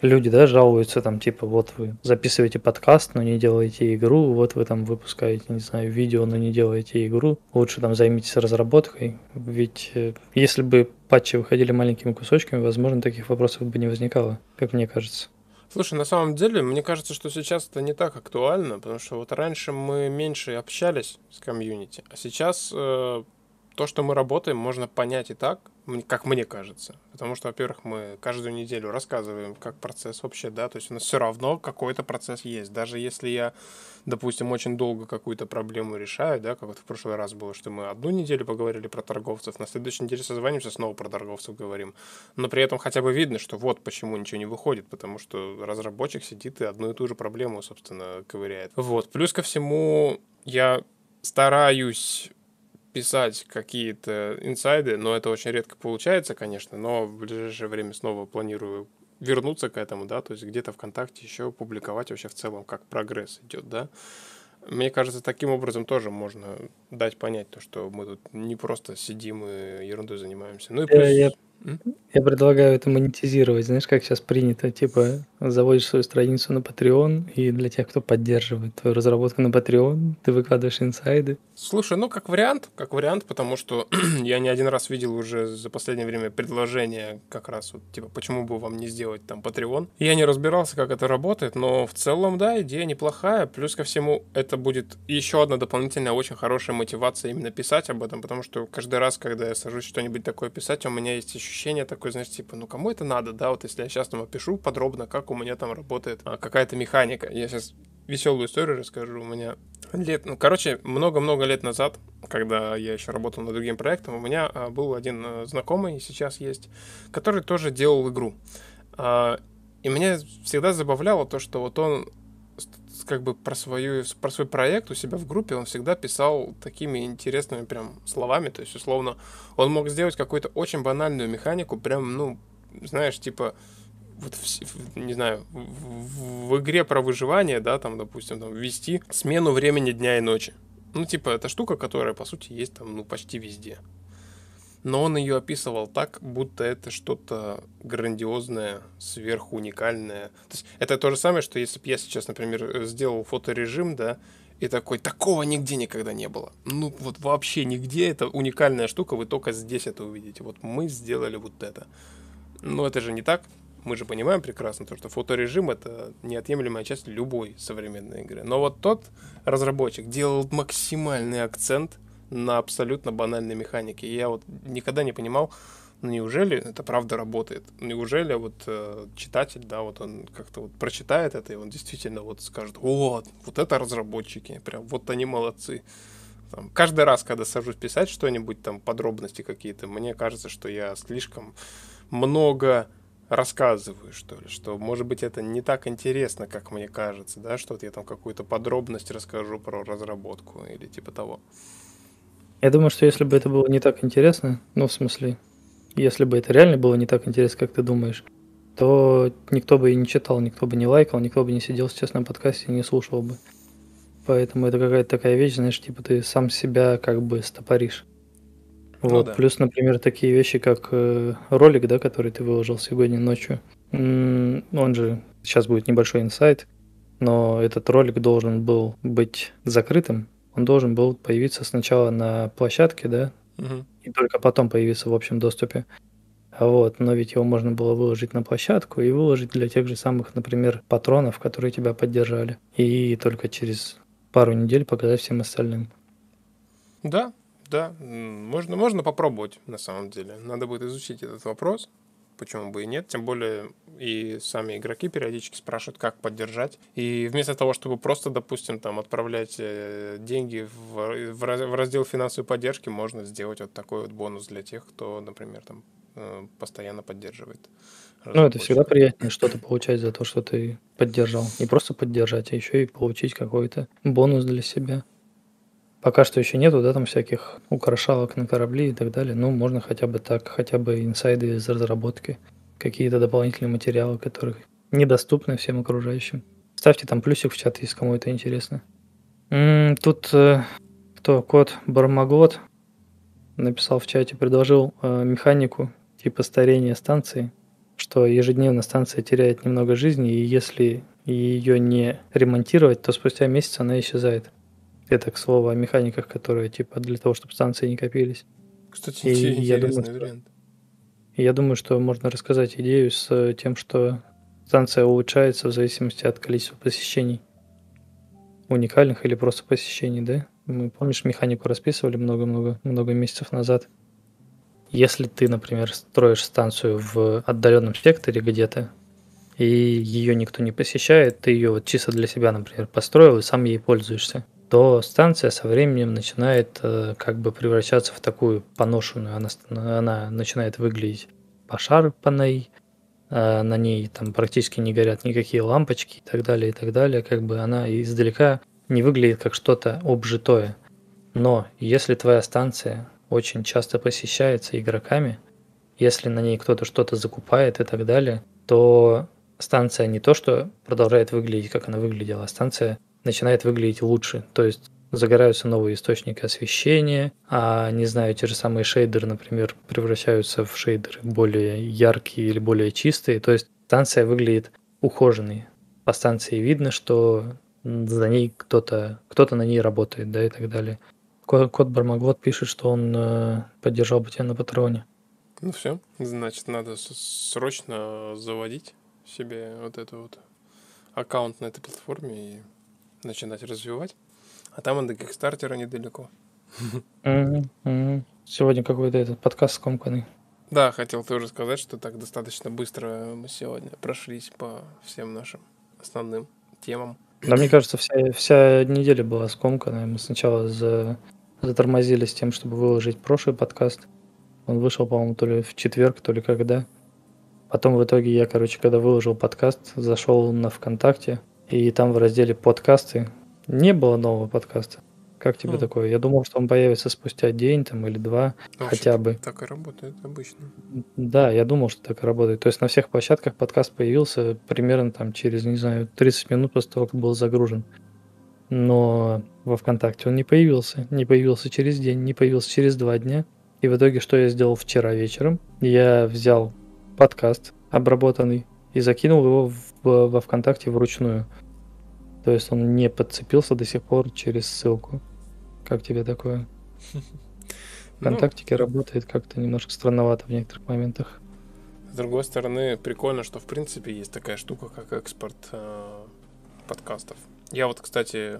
люди, да, жалуются там, типа, вот вы записываете подкаст, но не делаете игру, вот вы там выпускаете, не знаю, видео, но не делаете игру, лучше там займитесь разработкой, ведь если бы патчи выходили маленькими кусочками, возможно, таких вопросов бы не возникало, как мне кажется. Слушай, на самом деле, мне кажется, что сейчас это не так актуально, потому что вот раньше мы меньше общались с комьюнити, а сейчас то, что мы работаем, можно понять и так, как мне кажется. Потому что, во-первых, мы каждую неделю рассказываем, как процесс вообще, да, то есть у нас все равно какой-то процесс есть. Даже если я, допустим, очень долго какую-то проблему решаю, да, как вот в прошлый раз было, что мы одну неделю поговорили про торговцев, на следующей неделе созванимся, снова про торговцев говорим. Но при этом хотя бы видно, что вот почему ничего не выходит, потому что разработчик сидит и одну и ту же проблему, собственно, ковыряет. Вот. Плюс ко всему, я стараюсь писать какие-то инсайды, но это очень редко получается, конечно, но в ближайшее время снова планирую вернуться к этому, да, то есть где-то ВКонтакте еще публиковать вообще в целом, как прогресс идет, да. Мне кажется, таким образом тоже можно дать понять то, что мы тут не просто сидим и ерундой занимаемся. Ну и Я плюс... Я предлагаю это монетизировать. Знаешь, как сейчас принято, типа, заводишь свою страницу на Patreon, и для тех, кто поддерживает твою разработку на Patreon, ты выкладываешь инсайды. Слушай, ну как вариант, потому что я не один раз видел уже за последнее время предложение как раз вот, типа, почему бы вам не сделать там Patreon. Я не разбирался, как это работает, но в целом, да, идея неплохая. Плюс ко всему, это будет еще одна дополнительная очень хорошая мотивация именно писать об этом, потому что каждый раз, когда я сажусь что-нибудь такое писать, у меня есть ощущение такое, знаешь, типа, ну кому это надо, да, вот если я сейчас там опишу подробно, как у меня там работает какая-то механика. Я сейчас веселую историю расскажу. У меня много-много лет назад, когда я еще работал над другим проектом, у меня был один знакомый, сейчас есть, который тоже делал игру. И меня всегда забавляло то, что вот он как бы про свой проект у себя в группе он всегда писал такими интересными прям словами, то есть условно он мог сделать какую-то очень банальную механику, прям, ну, знаешь, типа вот, не знаю, в игре про выживание, да, там, допустим, там, ввести смену времени дня и ночи. Ну, типа, это штука, которая, по сути, есть там, ну, почти везде. Но он ее описывал так, будто это что-то грандиозное, сверхуникальное. То есть это то же самое, что если бы я сейчас, например, сделал фоторежим, да, и такой, такого нигде никогда не было. Ну, вот вообще нигде, это уникальная штука, вы только здесь это увидите. Вот мы сделали вот это. Но это же не так. Мы же понимаем прекрасно, то, что фоторежим — это неотъемлемая часть любой современной игры. Но вот тот разработчик делал максимальный акцент на абсолютно банальной механике. И я вот никогда не понимал, ну неужели это правда работает? Неужели вот читатель, да, вот он как-то вот прочитает это, и он действительно вот скажет, вот это разработчики, прям вот они молодцы. Там, каждый раз, когда сажусь писать что-нибудь, там, подробности какие-то, мне кажется, что я слишком много рассказываю, что ли, что, может быть, это не так интересно, как мне кажется, да, что вот я там какую-то подробность расскажу про разработку или типа того. Я думаю, что если бы это было не так интересно, ну, в смысле, если бы это реально было не так интересно, как ты думаешь, то никто бы и не читал, никто бы не лайкал, никто бы не сидел сейчас на подкасте и не слушал бы. Поэтому это какая-то такая вещь, знаешь, типа ты сам себя как бы стопоришь. Вот, да. плюс, например, такие вещи, как ролик, да, который ты выложил сегодня ночью. Он же, сейчас будет небольшой инсайт, но этот ролик должен был быть закрытым. Он должен был появиться сначала на площадке, да, и только потом появиться в общем доступе. Вот, но ведь его можно было выложить на площадку и выложить для тех же самых, например, патронов, которые тебя поддержали. И только через пару недель показать всем остальным. Да, можно попробовать, на самом деле. Надо будет изучить этот вопрос, почему бы и нет. Тем более и сами игроки периодически спрашивают, как поддержать. И вместо того, чтобы просто, допустим, там отправлять деньги в раздел финансовой поддержки, можно сделать вот такой вот бонус для тех, кто, например, там постоянно поддерживает. Ну, это всегда приятнее что-то получать за то, что ты поддержал. Не просто поддержать, а еще и получить какой-то бонус для себя. Пока что еще нету, да, там всяких украшалок на корабли и так далее. Ну, можно хотя бы так, хотя бы инсайды из разработки, какие-то дополнительные материалы, которые недоступны всем окружающим. Ставьте там плюсик в чат, если кому это интересно. Тут кот Бармаглот написал в чате, предложил механику типа старения станции. что ежедневно станция теряет немного жизни, и если ее не ремонтировать, то спустя месяц она исчезает. Это, к слову, о механиках, которые типа для того, чтобы станции не копились. Кстати, И я думаю, интересный вариант. что можно рассказать идею с тем, что станция улучшается в зависимости от количества посещений. Уникальных или просто посещений, да? Мы, помнишь, механику расписывали много месяцев назад. Если ты, например, строишь станцию в отдаленном секторе где-то, и ее никто не посещает, ты ее вот чисто для себя, например, построил и сам ей пользуешься, то станция со временем начинает как бы превращаться в такую поношенную. Она начинает выглядеть пошарпанной, на ней там практически не горят никакие лампочки и так далее, и так далее. Как бы она издалека не выглядит как что-то обжитое. Но если твоя станция очень часто посещается игроками, если на ней кто-то что-то закупает и так далее, то станция не то, что продолжает выглядеть, как она выглядела, а станция начинает выглядеть лучше. То есть загораются новые источники освещения, а, не знаю, те же самые шейдеры, например, превращаются в шейдеры более яркие или более чистые. То есть станция выглядит ухоженной. По станции видно, что за ней кто-то на ней работает, да, и так далее. Кот Бармаглот пишет, что он поддержал бы тебя на Патреоне. Ну все, значит, надо срочно заводить себе вот этот вот аккаунт на этой платформе и начинать развивать. А там и до Кикстартера недалеко. Сегодня какой-то этот подкаст скомканный. Да, хотел тоже сказать, что так достаточно быстро мы сегодня прошлись по всем нашим основным темам. Да, мне кажется, вся неделя была скомканная. Мы сначала затормозили с тем, чтобы выложить прошлый подкаст. Он вышел, по-моему, то ли в четверг, то ли когда. Потом в итоге я, когда выложил подкаст, зашел на ВКонтакте, и там в разделе «Подкасты» не было нового подкаста. Как тебе такое? Я думал, что он появится спустя день там, или два, хотя бы. Так и работает обычно. Да, я думал, что так и работает. То есть на всех площадках подкаст появился примерно там через, не знаю, 30 минут после того, как был загружен. Но во ВКонтакте он не появился. Не появился через день, не появился через 2 дня. И в итоге, что я сделал вчера вечером? Я взял подкаст обработанный и закинул его во ВКонтакте вручную. То есть он не подцепился до сих пор через ссылку. Как тебе такое? ВКонтактике работает как-то немножко странновато в некоторых моментах. С другой стороны, прикольно, что в принципе есть такая штука, как экспорт подкастов. Я вот, кстати,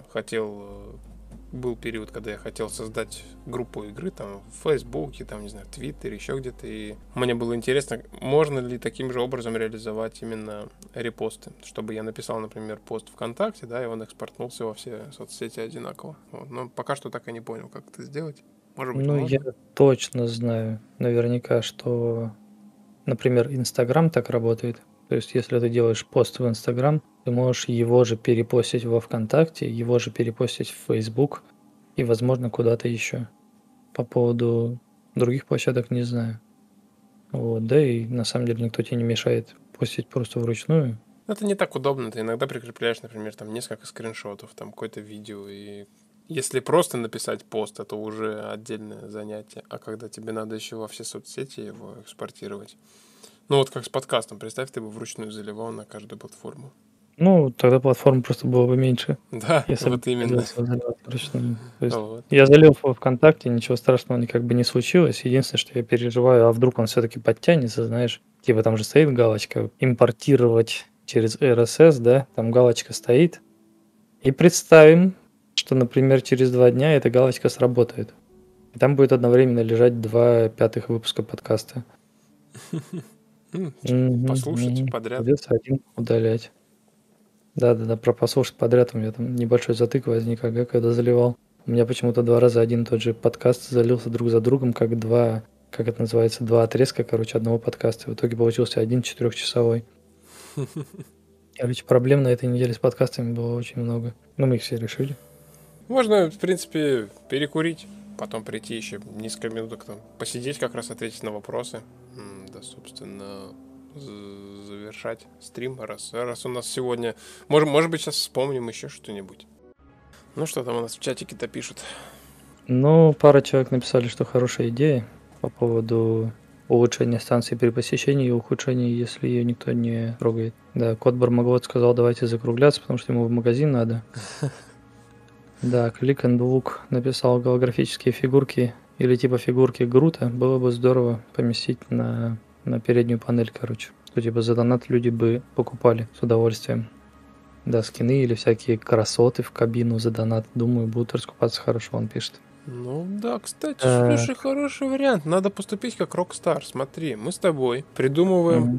был период, когда я хотел создать группу игры там в Фейсбуке, там, не знаю, в Твиттере, еще где-то, и мне было интересно, можно ли таким же образом реализовать именно репосты, чтобы я написал, например, пост ВКонтакте, да, и он экспортнулся во все соцсети одинаково. Вот. Но пока что так и не понял, как это сделать. Может быть, можно? Я точно знаю наверняка, что, например, Инстаграм так работает. То есть, если ты делаешь пост в Инстаграм, ты можешь его же перепостить во ВКонтакте, его же перепостить в Фейсбук и, возможно, куда-то еще. По поводу других площадок не знаю. Вот, да, и на самом деле никто тебе не мешает постить просто вручную. Это не так удобно. Ты иногда прикрепляешь, например, там несколько скриншотов, там какое-то видео, и если просто написать пост, это уже отдельное занятие. А когда тебе надо еще во все соцсети его экспортировать. Ну вот как с подкастом. Представь, ты бы вручную заливал на каждую платформу. Ну, тогда платформ просто было бы меньше. Да, Если вот именно. Вручную. То есть Вот. я залил во ВКонтакте, ничего страшного не случилось. Единственное, что я переживаю, а вдруг он все-таки подтянется, знаешь. Типа там же стоит галочка «Импортировать через RSS», да? Там галочка стоит. И представим, что, например, через 2 дня эта галочка сработает. И там будет одновременно лежать 2 пятых выпуска подкаста. Послушать подряд. Придется один удалять. Да, про послушать подряд у меня там небольшой затык возник, когда заливал. У меня почему-то 2 раза один и тот же подкаст залился друг за другом, как 2 отрезка, одного подкаста. В итоге получился 1 4-часовой. Проблем на этой неделе с подкастами было очень много. Но мы их все решили. Можно, в принципе, перекурить, потом прийти еще несколько минут, посидеть, как раз ответить на вопросы. Да, собственно, завершать стрим, раз у нас сегодня... Может быть, сейчас вспомним еще что-нибудь. Ну, что там у нас в чатике-то пишут? Ну, пара человек написали, что хорошая идея по поводу улучшение станции при посещении и ухудшение, если ее никто не трогает. Да, кот Бармаглот сказал, давайте закругляться, потому что ему в магазин надо. Да, Click and Look написал голографические фигурки или типа фигурки Грута. Было бы здорово поместить на переднюю панель, короче. Что типа за донат люди бы покупали с удовольствием. Да, скины или всякие красоты в кабину за донат. Думаю, будут раскупаться хорошо, он пишет. Ну да, кстати, слушай, хороший вариант. Надо поступить как Rockstar. Смотри, мы с тобой придумываем...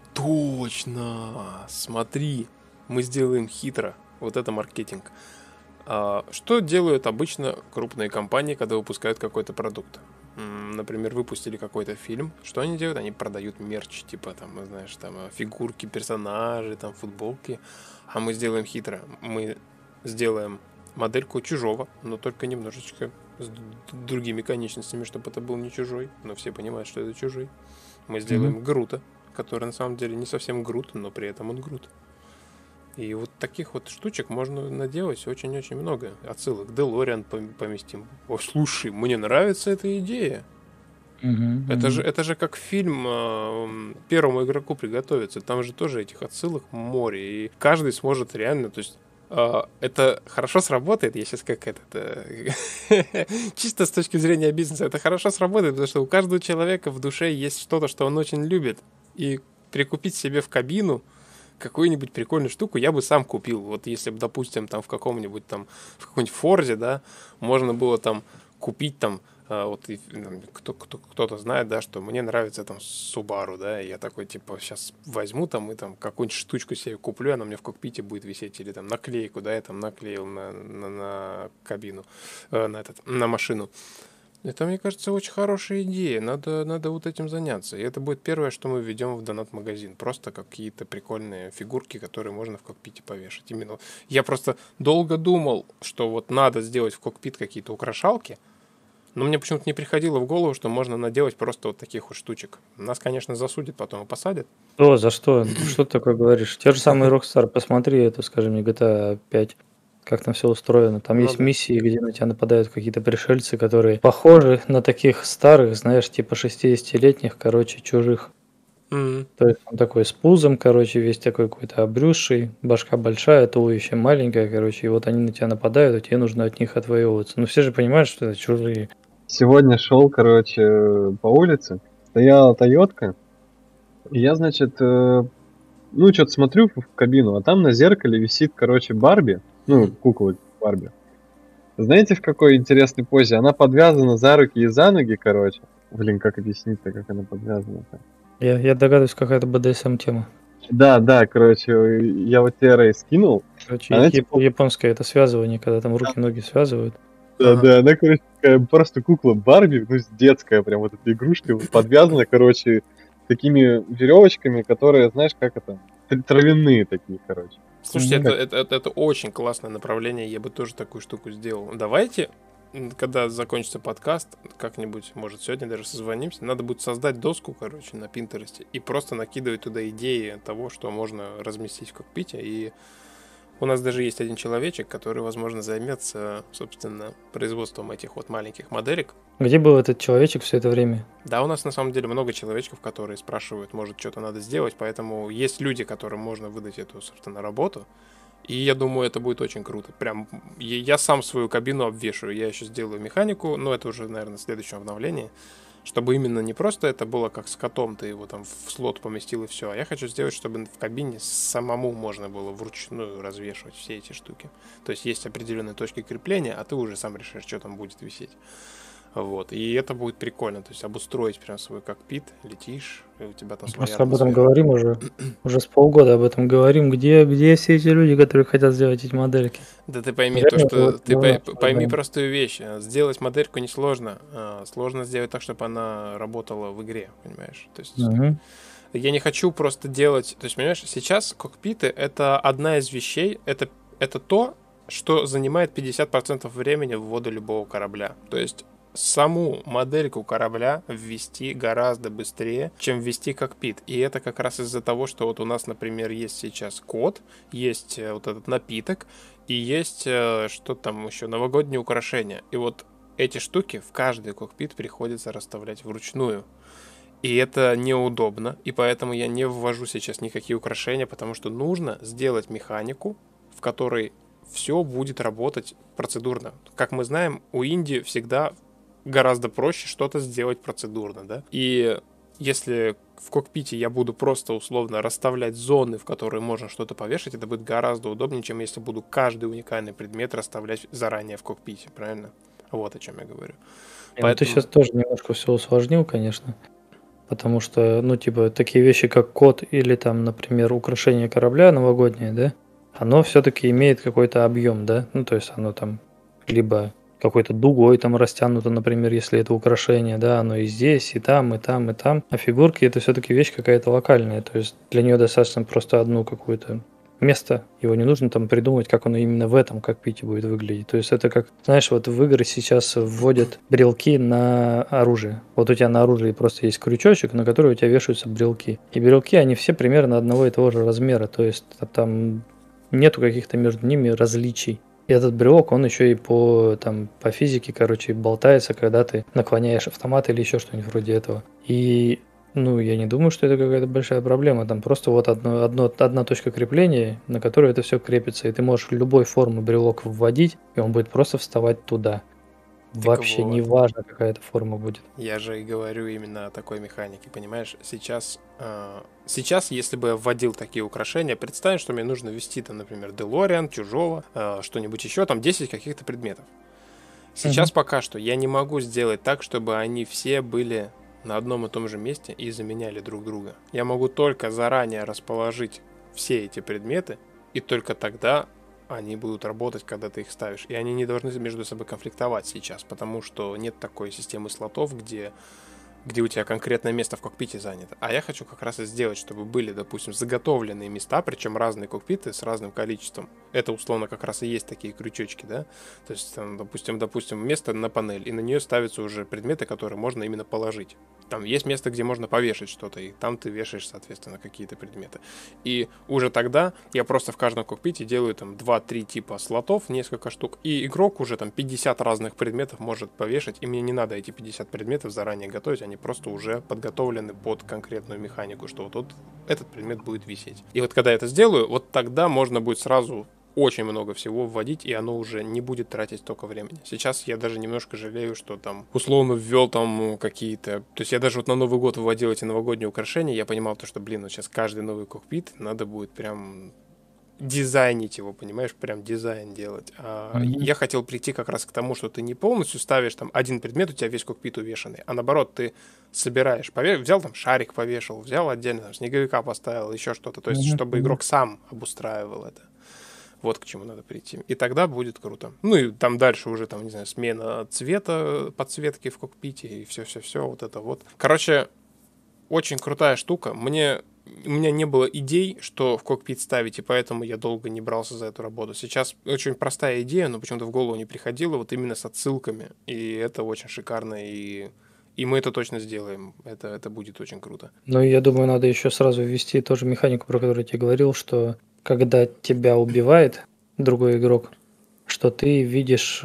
Точно! Смотри, мы сделаем хитро. Вот это маркетинг. Что делают обычно крупные компании, когда выпускают какой-то продукт? Например, выпустили какой-то фильм. Что они делают? Они продают мерч, типа там, знаешь, там фигурки персонажей, там футболки. А мы сделаем хитро. Мы сделаем модельку чужого, но только немножечко с другими конечностями, чтобы это был не чужой. Но все понимают, что это чужой. Мы сделаем Грута, который на самом деле не совсем Грут, но при этом он Грут. И вот таких вот штучек можно наделать очень-очень много. Отсылок. Делориан поместим. О, слушай, мне нравится эта идея. Это же как фильм первому игроку приготовиться. Там же тоже этих отсылок море. И каждый сможет реально... То есть это хорошо сработает, я сейчас как чисто с точки зрения бизнеса, это хорошо сработает, потому что у каждого человека в душе есть что-то, что он очень любит. И прикупить себе в кабину какую-нибудь прикольную штуку я бы сам купил. Вот если бы, допустим, там в каком-нибудь там, в какой-нибудь Форзе, да, можно было там купить там, вот кто-то знает, да, что мне нравится там Subaru, да, и я такой, типа, сейчас возьму там и там какую-нибудь штучку себе куплю, она мне в кокпите будет висеть, или там наклейку, да, я там наклеил на кабину, на машину. Это, мне кажется, очень хорошая идея. Надо вот этим заняться. И это будет первое, что мы введем в донат-магазин. Просто какие-то прикольные фигурки, которые можно в кокпите повешать. Именно. Я просто долго думал, что вот надо сделать в кокпит какие-то украшалки, но мне почему-то не приходило в голову, что можно наделать просто вот таких вот штучек. Нас, конечно, засудят, потом и посадят. О, за что? Что ты такое говоришь? Те же самые Rockstar, посмотри это, скажи мне, GTA 5. Как там все устроено. Там есть миссии, где на тебя нападают какие-то пришельцы, которые похожи на таких старых, знаешь, типа 60-летних, короче, чужих. То есть он такой с пузом, короче, весь такой какой-то обрюзший, башка большая, туловище маленькое, короче, и вот они на тебя нападают, и тебе нужно от них отвоевываться. Ну все же понимают, что это чужие. Сегодня шел, короче, по улице, стояла Тойотка, и я, значит, что-то смотрю в кабину, а там на зеркале висит, короче, Барби, кукла Барби. Знаете, в какой интересной позе? Она подвязана за руки и за ноги, короче. Блин, как объяснить-то, как она подвязана-то? Я догадываюсь, какая-то BDSM-тема. Да, короче, я вот тебе Рэй скинул. Короче, японское это связывание, когда там руки-ноги связывают. Да, она, короче, такая просто кукла Барби, детская прям вот эта игрушка, подвязана, короче, такими веревочками, которые, знаешь, как это, травяные такие, короче. Слушайте, это очень классное направление, я бы тоже такую штуку сделал. Давайте, когда закончится подкаст, как-нибудь, может, сегодня даже созвонимся, надо будет создать доску, короче, на Пинтересте и просто накидывать туда идеи того, что можно разместить в кокпите. И у нас даже есть один человечек, который, возможно, займется, собственно, производством этих вот маленьких моделек. Где был этот человечек все это время? Да, у нас на самом деле много человечков, которые спрашивают, может, что-то надо сделать, поэтому есть люди, которым можно выдать эту, собственно, работу. И я думаю, это будет очень круто. Прям я сам свою кабину обвешиваю. Я еще сделаю механику, но это уже, наверное, в следующем обновлении. Чтобы именно не просто это было как с котом, ты его там в слот поместил и все. А я хочу сделать, чтобы в кабине самому можно было вручную развешивать все эти штуки. То есть определенные точки крепления, а ты уже сам решаешь, что там будет висеть. Вот. И это будет прикольно. То есть обустроить прям свой кокпит, летишь, и у тебя там своя Просто об этом говорим уже с полгода об этом говорим. Где все эти люди, которые хотят сделать эти модельки? Да ты пойми, пойми простую вещь. Сделать модельку несложно. Сложно сделать так, чтобы она работала в игре, понимаешь? То есть я не хочу просто делать... То есть, понимаешь, сейчас кокпиты — это одна из вещей, это то, что занимает 50% времени ввода любого корабля. То есть саму модельку корабля ввести гораздо быстрее, чем ввести кокпит. И это как раз из-за того, что вот у нас, например, есть сейчас код, есть вот этот напиток, и есть что там еще, новогодние украшения. И вот эти штуки в каждый кокпит приходится расставлять вручную. И это неудобно, и поэтому я не ввожу сейчас никакие украшения, потому что нужно сделать механику, в которой все будет работать процедурно. Как мы знаем, у инди всегда гораздо проще что-то сделать процедурно, да? И если в кокпите я буду просто условно расставлять зоны, в которые можно что-то повешать, это будет гораздо удобнее, чем если буду каждый уникальный предмет расставлять заранее в кокпите, правильно? Вот о чем я говорю. Ну, ты сейчас тоже немножко все усложнил, конечно. Потому что, ну, типа, такие вещи, как код или там, например, украшение корабля новогоднее, да, оно все-таки имеет какой-то объем, да? Ну, то есть оно там либо какой-то дугой там растянуто, например, если это украшение, да, оно и здесь, и там, и там, и там. А фигурки это все-таки вещь какая-то локальная, то есть для нее достаточно просто одну какую-то место, его не нужно там придумать, как оно именно в этом кокпите будет выглядеть. То есть это как, знаешь, вот в игры сейчас вводят брелки на оружие. Вот у тебя на оружии просто есть крючочек, на который у тебя вешаются брелки. И брелки, они все примерно одного и того же размера, то есть там нету каких-то между ними различий. И этот брелок, он еще и по физике, короче, болтается, когда ты наклоняешь автомат или еще что-нибудь вроде этого. И ну, я не думаю, что это какая-то большая проблема. Там просто вот одна точка крепления, на которую это все крепится. И ты можешь любой формы брелок вводить, и он будет просто вставать туда. Так Вообще вот. не важно, какая это форма будет. Я же и говорю именно о такой механике, понимаешь? Сейчас, если бы я вводил такие украшения, представим, что мне нужно ввести там, например, Делориан, Чужого, что-нибудь еще, там 10 каких-то предметов. Сейчас пока что я не могу сделать так, чтобы они все были на одном и том же месте и заменяли друг друга. Я могу только заранее расположить все эти предметы, и только тогда они будут работать, когда ты их ставишь. И они не должны между собой конфликтовать сейчас, потому что нет такой системы слотов, где у тебя конкретное место в кокпите занято. А я хочу как раз и сделать, чтобы были, допустим, заготовленные места, причем разные кокпиты с разным количеством. Это условно как раз и есть такие крючочки, да? То есть, там, допустим, место на панель, и на нее ставятся уже предметы, которые можно именно положить. Там есть место, где можно повешать что-то, и там ты вешаешь, соответственно, какие-то предметы. И уже тогда я просто в каждом кокпите делаю там 2-3 типа слотов, несколько штук, и игрок уже там 50 разных предметов может повешать, и мне не надо эти 50 предметов заранее готовить, они просто уже подготовлены под конкретную механику, что вот тут этот предмет будет висеть. И вот когда я это сделаю, вот тогда можно будет сразу очень много всего вводить, и оно уже не будет тратить столько времени. Сейчас я даже немножко жалею, что там условно ввел там какие-то... То есть я даже вот на Новый год выводил эти новогодние украшения, я понимал то, что, блин, вот сейчас каждый новый кокпит надо будет прям дизайнить его, понимаешь, прям дизайн делать. Я хотел прийти как раз к тому, что ты не полностью ставишь там один предмет, у тебя весь кокпит увешанный, а наоборот, ты собираешь, взял там шарик повешал, взял отдельно там, снеговика поставил, еще что-то, то есть чтобы игрок сам обустраивал это. Вот к чему надо прийти. И тогда будет круто. Ну и там дальше уже, там, не знаю, смена цвета, подсветки в кокпите и все-все-все, вот это вот. Короче, очень крутая штука. У меня не было идей, что в кокпит ставить, и поэтому я долго не брался за эту работу. Сейчас очень простая идея, но почему-то в голову не приходила, вот именно с отсылками. И это очень шикарно, и мы это точно сделаем. Это будет очень круто. Ну, я думаю, надо еще сразу ввести тоже механику, про которую я тебе говорил, что когда тебя убивает другой игрок, что ты видишь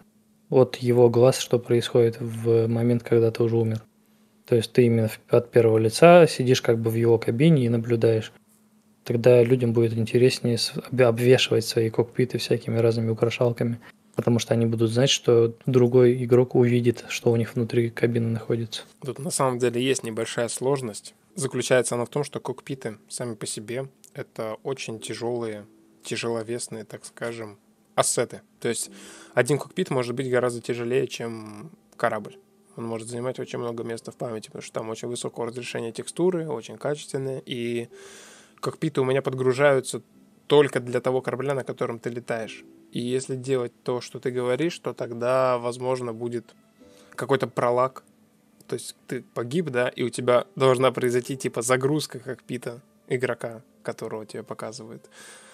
от его глаз, что происходит в момент, когда ты уже умер. То есть ты именно от первого лица сидишь как бы в его кабине и наблюдаешь. Тогда людям будет интереснее обвешивать свои кокпиты всякими разными украшалками, потому что они будут знать, что другой игрок увидит, что у них внутри кабины находится. Тут на самом деле есть небольшая сложность. Заключается она в том, что кокпиты сами по себе — это очень тяжеловесные, так скажем, ассеты. То есть один кокпит может быть гораздо тяжелее, чем корабль. Он может занимать очень много места в памяти, потому что там очень высокого разрешения текстуры, очень качественные, и кокпиты у меня подгружаются только для того корабля, на котором ты летаешь. И если делать то, что ты говоришь, то тогда, возможно, будет какой-то пролаг. То есть ты погиб, да, и у тебя должна произойти типа загрузка кокпита игрока, которого тебе показывают.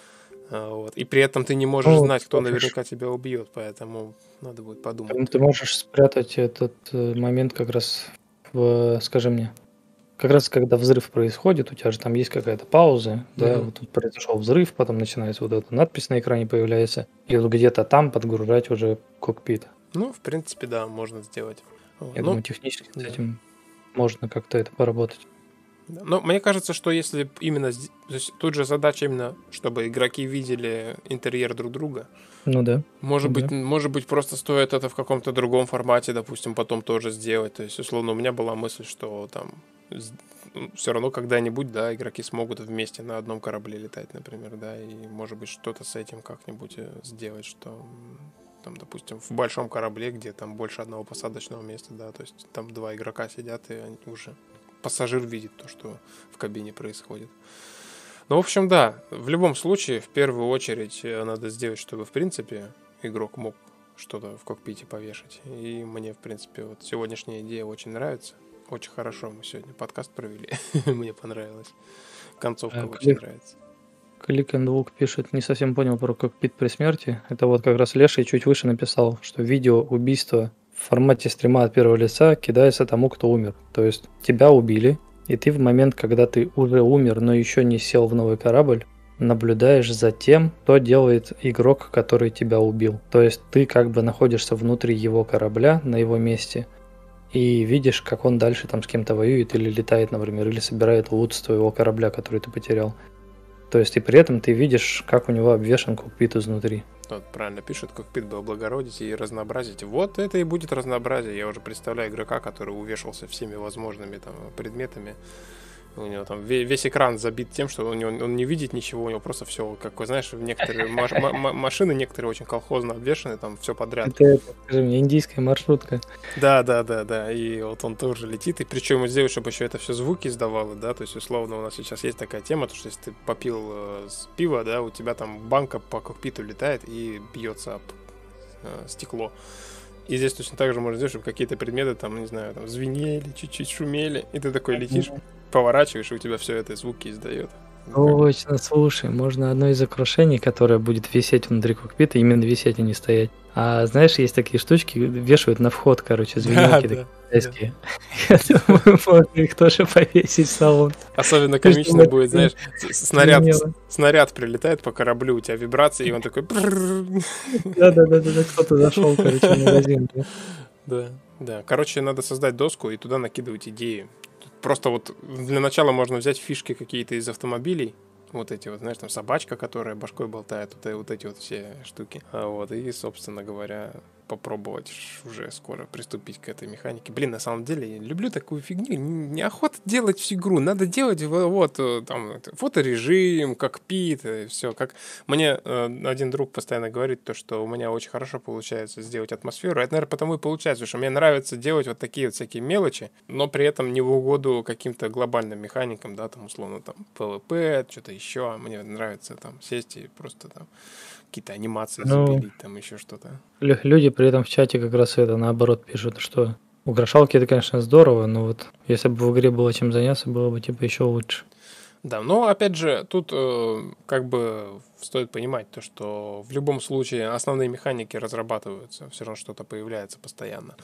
Вот. И при этом ты не можешь знать, кто наверняка тебя убьет, поэтому надо будет подумать. Ты можешь спрятать этот момент как раз скажи мне, как раз когда взрыв происходит, у тебя же там есть какая-то пауза, да, вот тут произошел взрыв, потом начинается вот эта надпись на экране появляется, и вот где-то там подгружать уже кокпит. Ну, в принципе, да, можно сделать. Я думаю, технически с этим можно как-то это поработать. Но мне кажется, что если именно... То есть тут же задача именно, чтобы игроки видели интерьер друг друга. Ну да. Может Ну быть, да. может быть, просто стоит это в каком-то другом формате, допустим, потом тоже сделать. То есть, условно, у меня была мысль, что там все равно когда-нибудь, да, игроки смогут вместе на одном корабле летать, например, да, и, может быть, что-то с этим как-нибудь сделать, что там, допустим, в большом корабле, где там больше одного посадочного места, да, то есть там 2 игрока сидят, и они уже пассажир видит то, что в кабине происходит. Ну, в общем, да, в любом случае, в первую очередь, надо сделать, чтобы, в принципе, игрок мог что-то в кокпите повешать. И мне, в принципе, вот сегодняшняя идея очень нравится. Очень хорошо мы сегодня подкаст провели. Мне понравилось. Концовка очень нравится. Click and Look пишет, не совсем понял про кокпит при смерти. Это вот как раз Леша чуть выше написал, что видео убийства в формате стрима от первого лица кидается тому, кто умер. То есть тебя убили, и ты в момент, когда ты уже умер, но еще не сел в новый корабль, наблюдаешь за тем, что делает игрок, который тебя убил. То есть ты как бы находишься внутри его корабля, на его месте, и видишь, как он дальше там с кем-то воюет или летает, например, или собирает лут с твоего корабля, который ты потерял. То есть и при этом ты видишь, как у него обвешан кокпит изнутри. Вот правильно пишет, кокпит бы облагородить и разнообразить. Вот это и будет разнообразие. Я уже представляю игрока, который увешался всеми возможными там предметами. У него там весь экран забит тем, что он не видит ничего, у него просто все, как вы знаешь, некоторые машины, некоторые очень колхозно обвешаны, там все подряд. Это, скажи мне, индийская маршрутка. Да, и вот он тоже летит, и причем ему сделать, чтобы еще это все звуки издавало, да, то есть условно у нас сейчас есть такая тема, то что если ты попил пиво, да, у тебя там банка по кокпиту летает и бьется об стекло. И здесь точно так же можно сделать, чтобы какие-то предметы там, не знаю, там звенели, чуть-чуть шумели, и ты такой летишь, поворачиваешь, и у тебя все это звуки издает. Точно, слушай, можно одно из украшений, которое будет висеть внутри кокпита, именно висеть, а не стоять. А знаешь, есть такие штучки, вешают на вход, короче, звенелки такие китайские. Я думаю, можно их тоже повесить в салон. Особенно комично будет, знаешь, снаряд прилетает по кораблю, у тебя вибрации, и он такой... Да, кто-то зашел, короче, в магазин. Да. Короче, надо создать доску и туда накидывать идеи. Просто вот для начала можно взять фишки какие-то из автомобилей, вот эти вот, знаешь, там собачка, которая башкой болтает, вот эти вот все штуки. Вот, и, собственно говоря, попробовать уже скоро приступить к этой механике. Блин, на самом деле, я люблю такую фигню. Неохота делать всю игру. Надо делать вот там фоторежим, кокпит, все. Как мне один друг постоянно говорит, то, что у меня очень хорошо получается сделать атмосферу. Это, наверное, потому и получается, что мне нравится делать вот такие вот всякие мелочи, но при этом не в угоду каким-то глобальным механикам, да, там, условно, там, PvP, что-то еще. Мне нравится там сесть и просто там какие-то анимации запилить, там еще что-то. Люди при этом в чате как раз это наоборот пишут, что украшалки это, конечно, здорово, но вот если бы в игре было чем заняться, было бы типа еще лучше. Да, но опять же, тут как бы стоит понимать то, что в любом случае основные механики разрабатываются, все равно что-то появляется постоянно.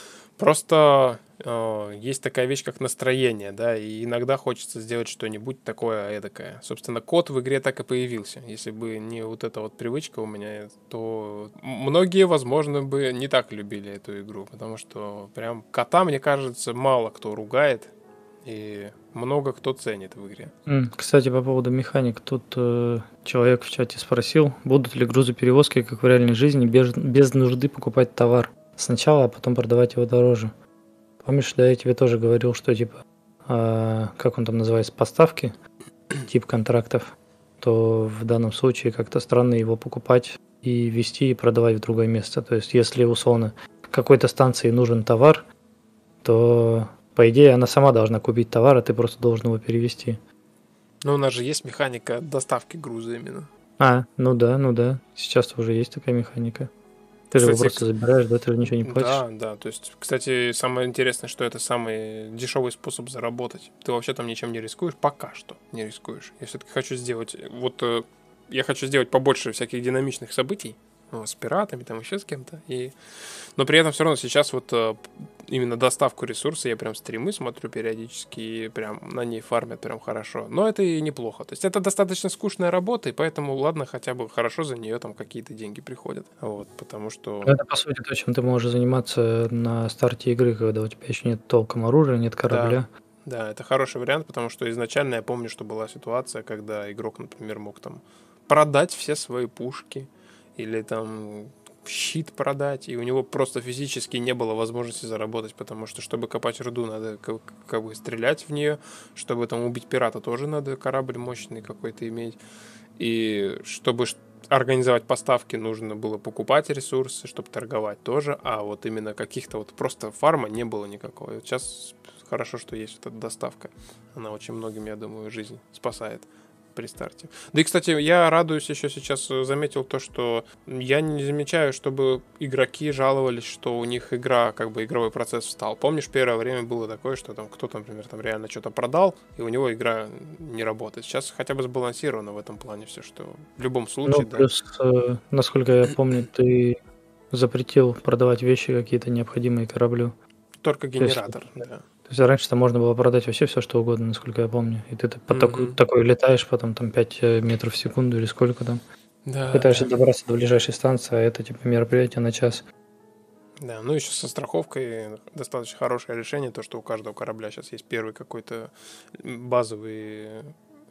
Просто есть такая вещь, как настроение, да, и иногда хочется сделать что-нибудь такое эдакое. Собственно, код в игре так и появился. Если бы не вот эта вот привычка у меня, то многие, возможно, бы не так любили эту игру, потому что прям кота, мне кажется, мало кто ругает, и много кто ценит в игре. Кстати, по поводу механик, тут человек в чате спросил, будут ли грузоперевозки, как в реальной жизни, без нужды покупать товар сначала, а потом продавать его дороже. Помнишь, да, я тебе тоже говорил, что типа, как он там называется, поставки, тип контрактов, то в данном случае как-то странно его покупать и везти и продавать в другое место. То есть, если условно какой-то станции нужен товар, то по идее она сама должна купить товар, а ты просто должен его перевезти. Но у нас же есть механика доставки груза именно. Ну да. Сейчас уже есть такая механика. Ты же его просто забираешь, да, ты же ничего не платишь. Да, то есть, кстати, самое интересное, что это самый дешевый способ заработать. Ты вообще там ничем не рискуешь, пока что не рискуешь. Я все-таки хочу сделать, я хочу сделать побольше всяких динамичных событий, с пиратами, там еще с кем-то. Но при этом все равно сейчас именно доставку ресурса, я прям стримы смотрю периодически, и прям на ней фармят прям хорошо. Но это и неплохо. То есть это достаточно скучная работа, и поэтому, ладно, хотя бы хорошо за нее там какие-то деньги приходят. Вот, потому что... Это, по сути, то, чем ты можешь заниматься на старте игры, когда у тебя еще нет толком оружия, нет корабля. Да, это хороший вариант, потому что изначально я помню, что была ситуация, когда игрок, например, мог там продать все свои пушки или там щит продать, и у него просто физически не было возможности заработать, потому что, чтобы копать руду, надо как бы стрелять в нее, чтобы там убить пирата, тоже надо корабль мощный какой-то иметь, и чтобы организовать поставки, нужно было покупать ресурсы, чтобы торговать тоже, а вот именно каких-то вот просто фарма не было никакого. И вот сейчас хорошо, что есть вот эта доставка. Она очень многим, я думаю, жизнь спасает при старте. Да и, кстати, я радуюсь еще сейчас, заметил то, что я не замечаю, чтобы игроки жаловались, что у них игра, как бы игровой процесс встал. Помнишь, первое время было такое, что там кто-то, например, там реально что-то продал, и у него игра не работает. Сейчас хотя бы сбалансировано в этом плане все, что в любом случае, да. Плюс, насколько я помню, ты запретил продавать вещи какие-то необходимые кораблю. Только генератор, да. То есть раньше-то можно было продать вообще все, что угодно, насколько я помню. И ты по такой летаешь, потом там 5 метров в секунду или сколько там. Да, Пытаешься добраться до ближайшей станции, а это типа мероприятие на час. Да, ну еще со страховкой достаточно хорошее решение, то, что у каждого корабля сейчас есть первый какой-то базовый,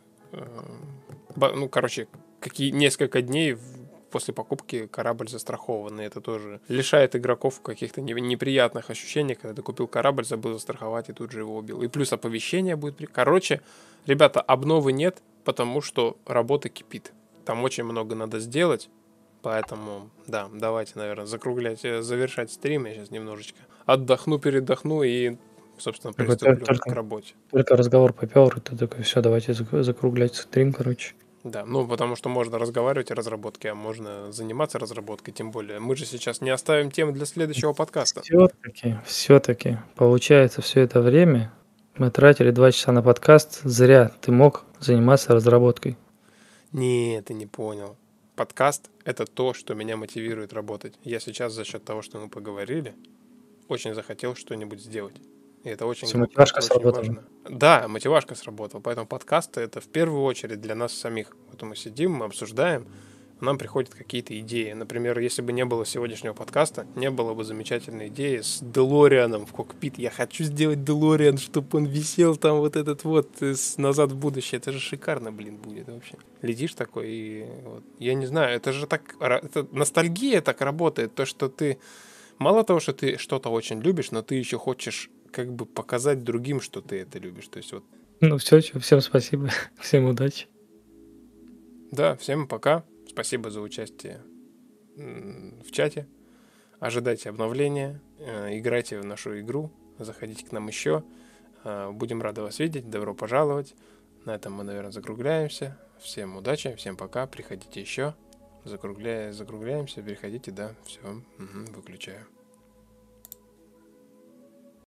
ну, короче, несколько дней после покупки корабль застрахованный. Это тоже лишает игроков каких-то неприятных ощущений, когда ты купил корабль, забыл застраховать и тут же его убил. И плюс оповещение будет. Короче, ребята, обновы нет, потому что работа кипит. Там очень много надо сделать. Поэтому, да, давайте, наверное, завершать стрим. Я сейчас немножечко передохну и, собственно, приступлю к работе. Только разговор попёр, и ты такой, все, давайте закруглять стрим, короче. Да, ну, потому что можно разговаривать о разработке, а можно заниматься разработкой, тем более. Мы же сейчас не оставим темы для следующего подкаста. Все-таки, получается, все это время мы тратили 2 часа на подкаст. Зря ты мог заниматься разработкой. Нет, ты не понял. Подкаст — это то, что меня мотивирует работать. Я сейчас за счет того, что мы поговорили, очень захотел что-нибудь сделать. И это очень Всё, мотивашка это очень сработала. важно. Да, мотивашка сработала. Поэтому подкасты — это в первую очередь для нас самих. Вот мы сидим, мы обсуждаем, нам приходят какие-то идеи. Например, если бы не было сегодняшнего подкаста, не было бы замечательной идеи с Делорианом в кокпит. Я хочу сделать Делориан, чтобы он висел там вот этот вот назад в будущее. Это же шикарно, блин, будет вообще. Летишь такой и вот. Я не знаю, это же так... Это ностальгия так работает. То, что ты... Мало того, что ты что-то очень любишь, но ты еще хочешь как бы показать другим, что ты это любишь. То есть вот... Ну все, всем спасибо, всем удачи. Да, всем пока. Спасибо за участие в чате. Ожидайте обновления. Играйте в нашу игру. Заходите к нам еще. Будем рады вас видеть. Добро пожаловать. На этом мы, наверное, закругляемся. Всем удачи, всем пока. Приходите еще. Закругляемся. Переходите, да. Все. Выключаю.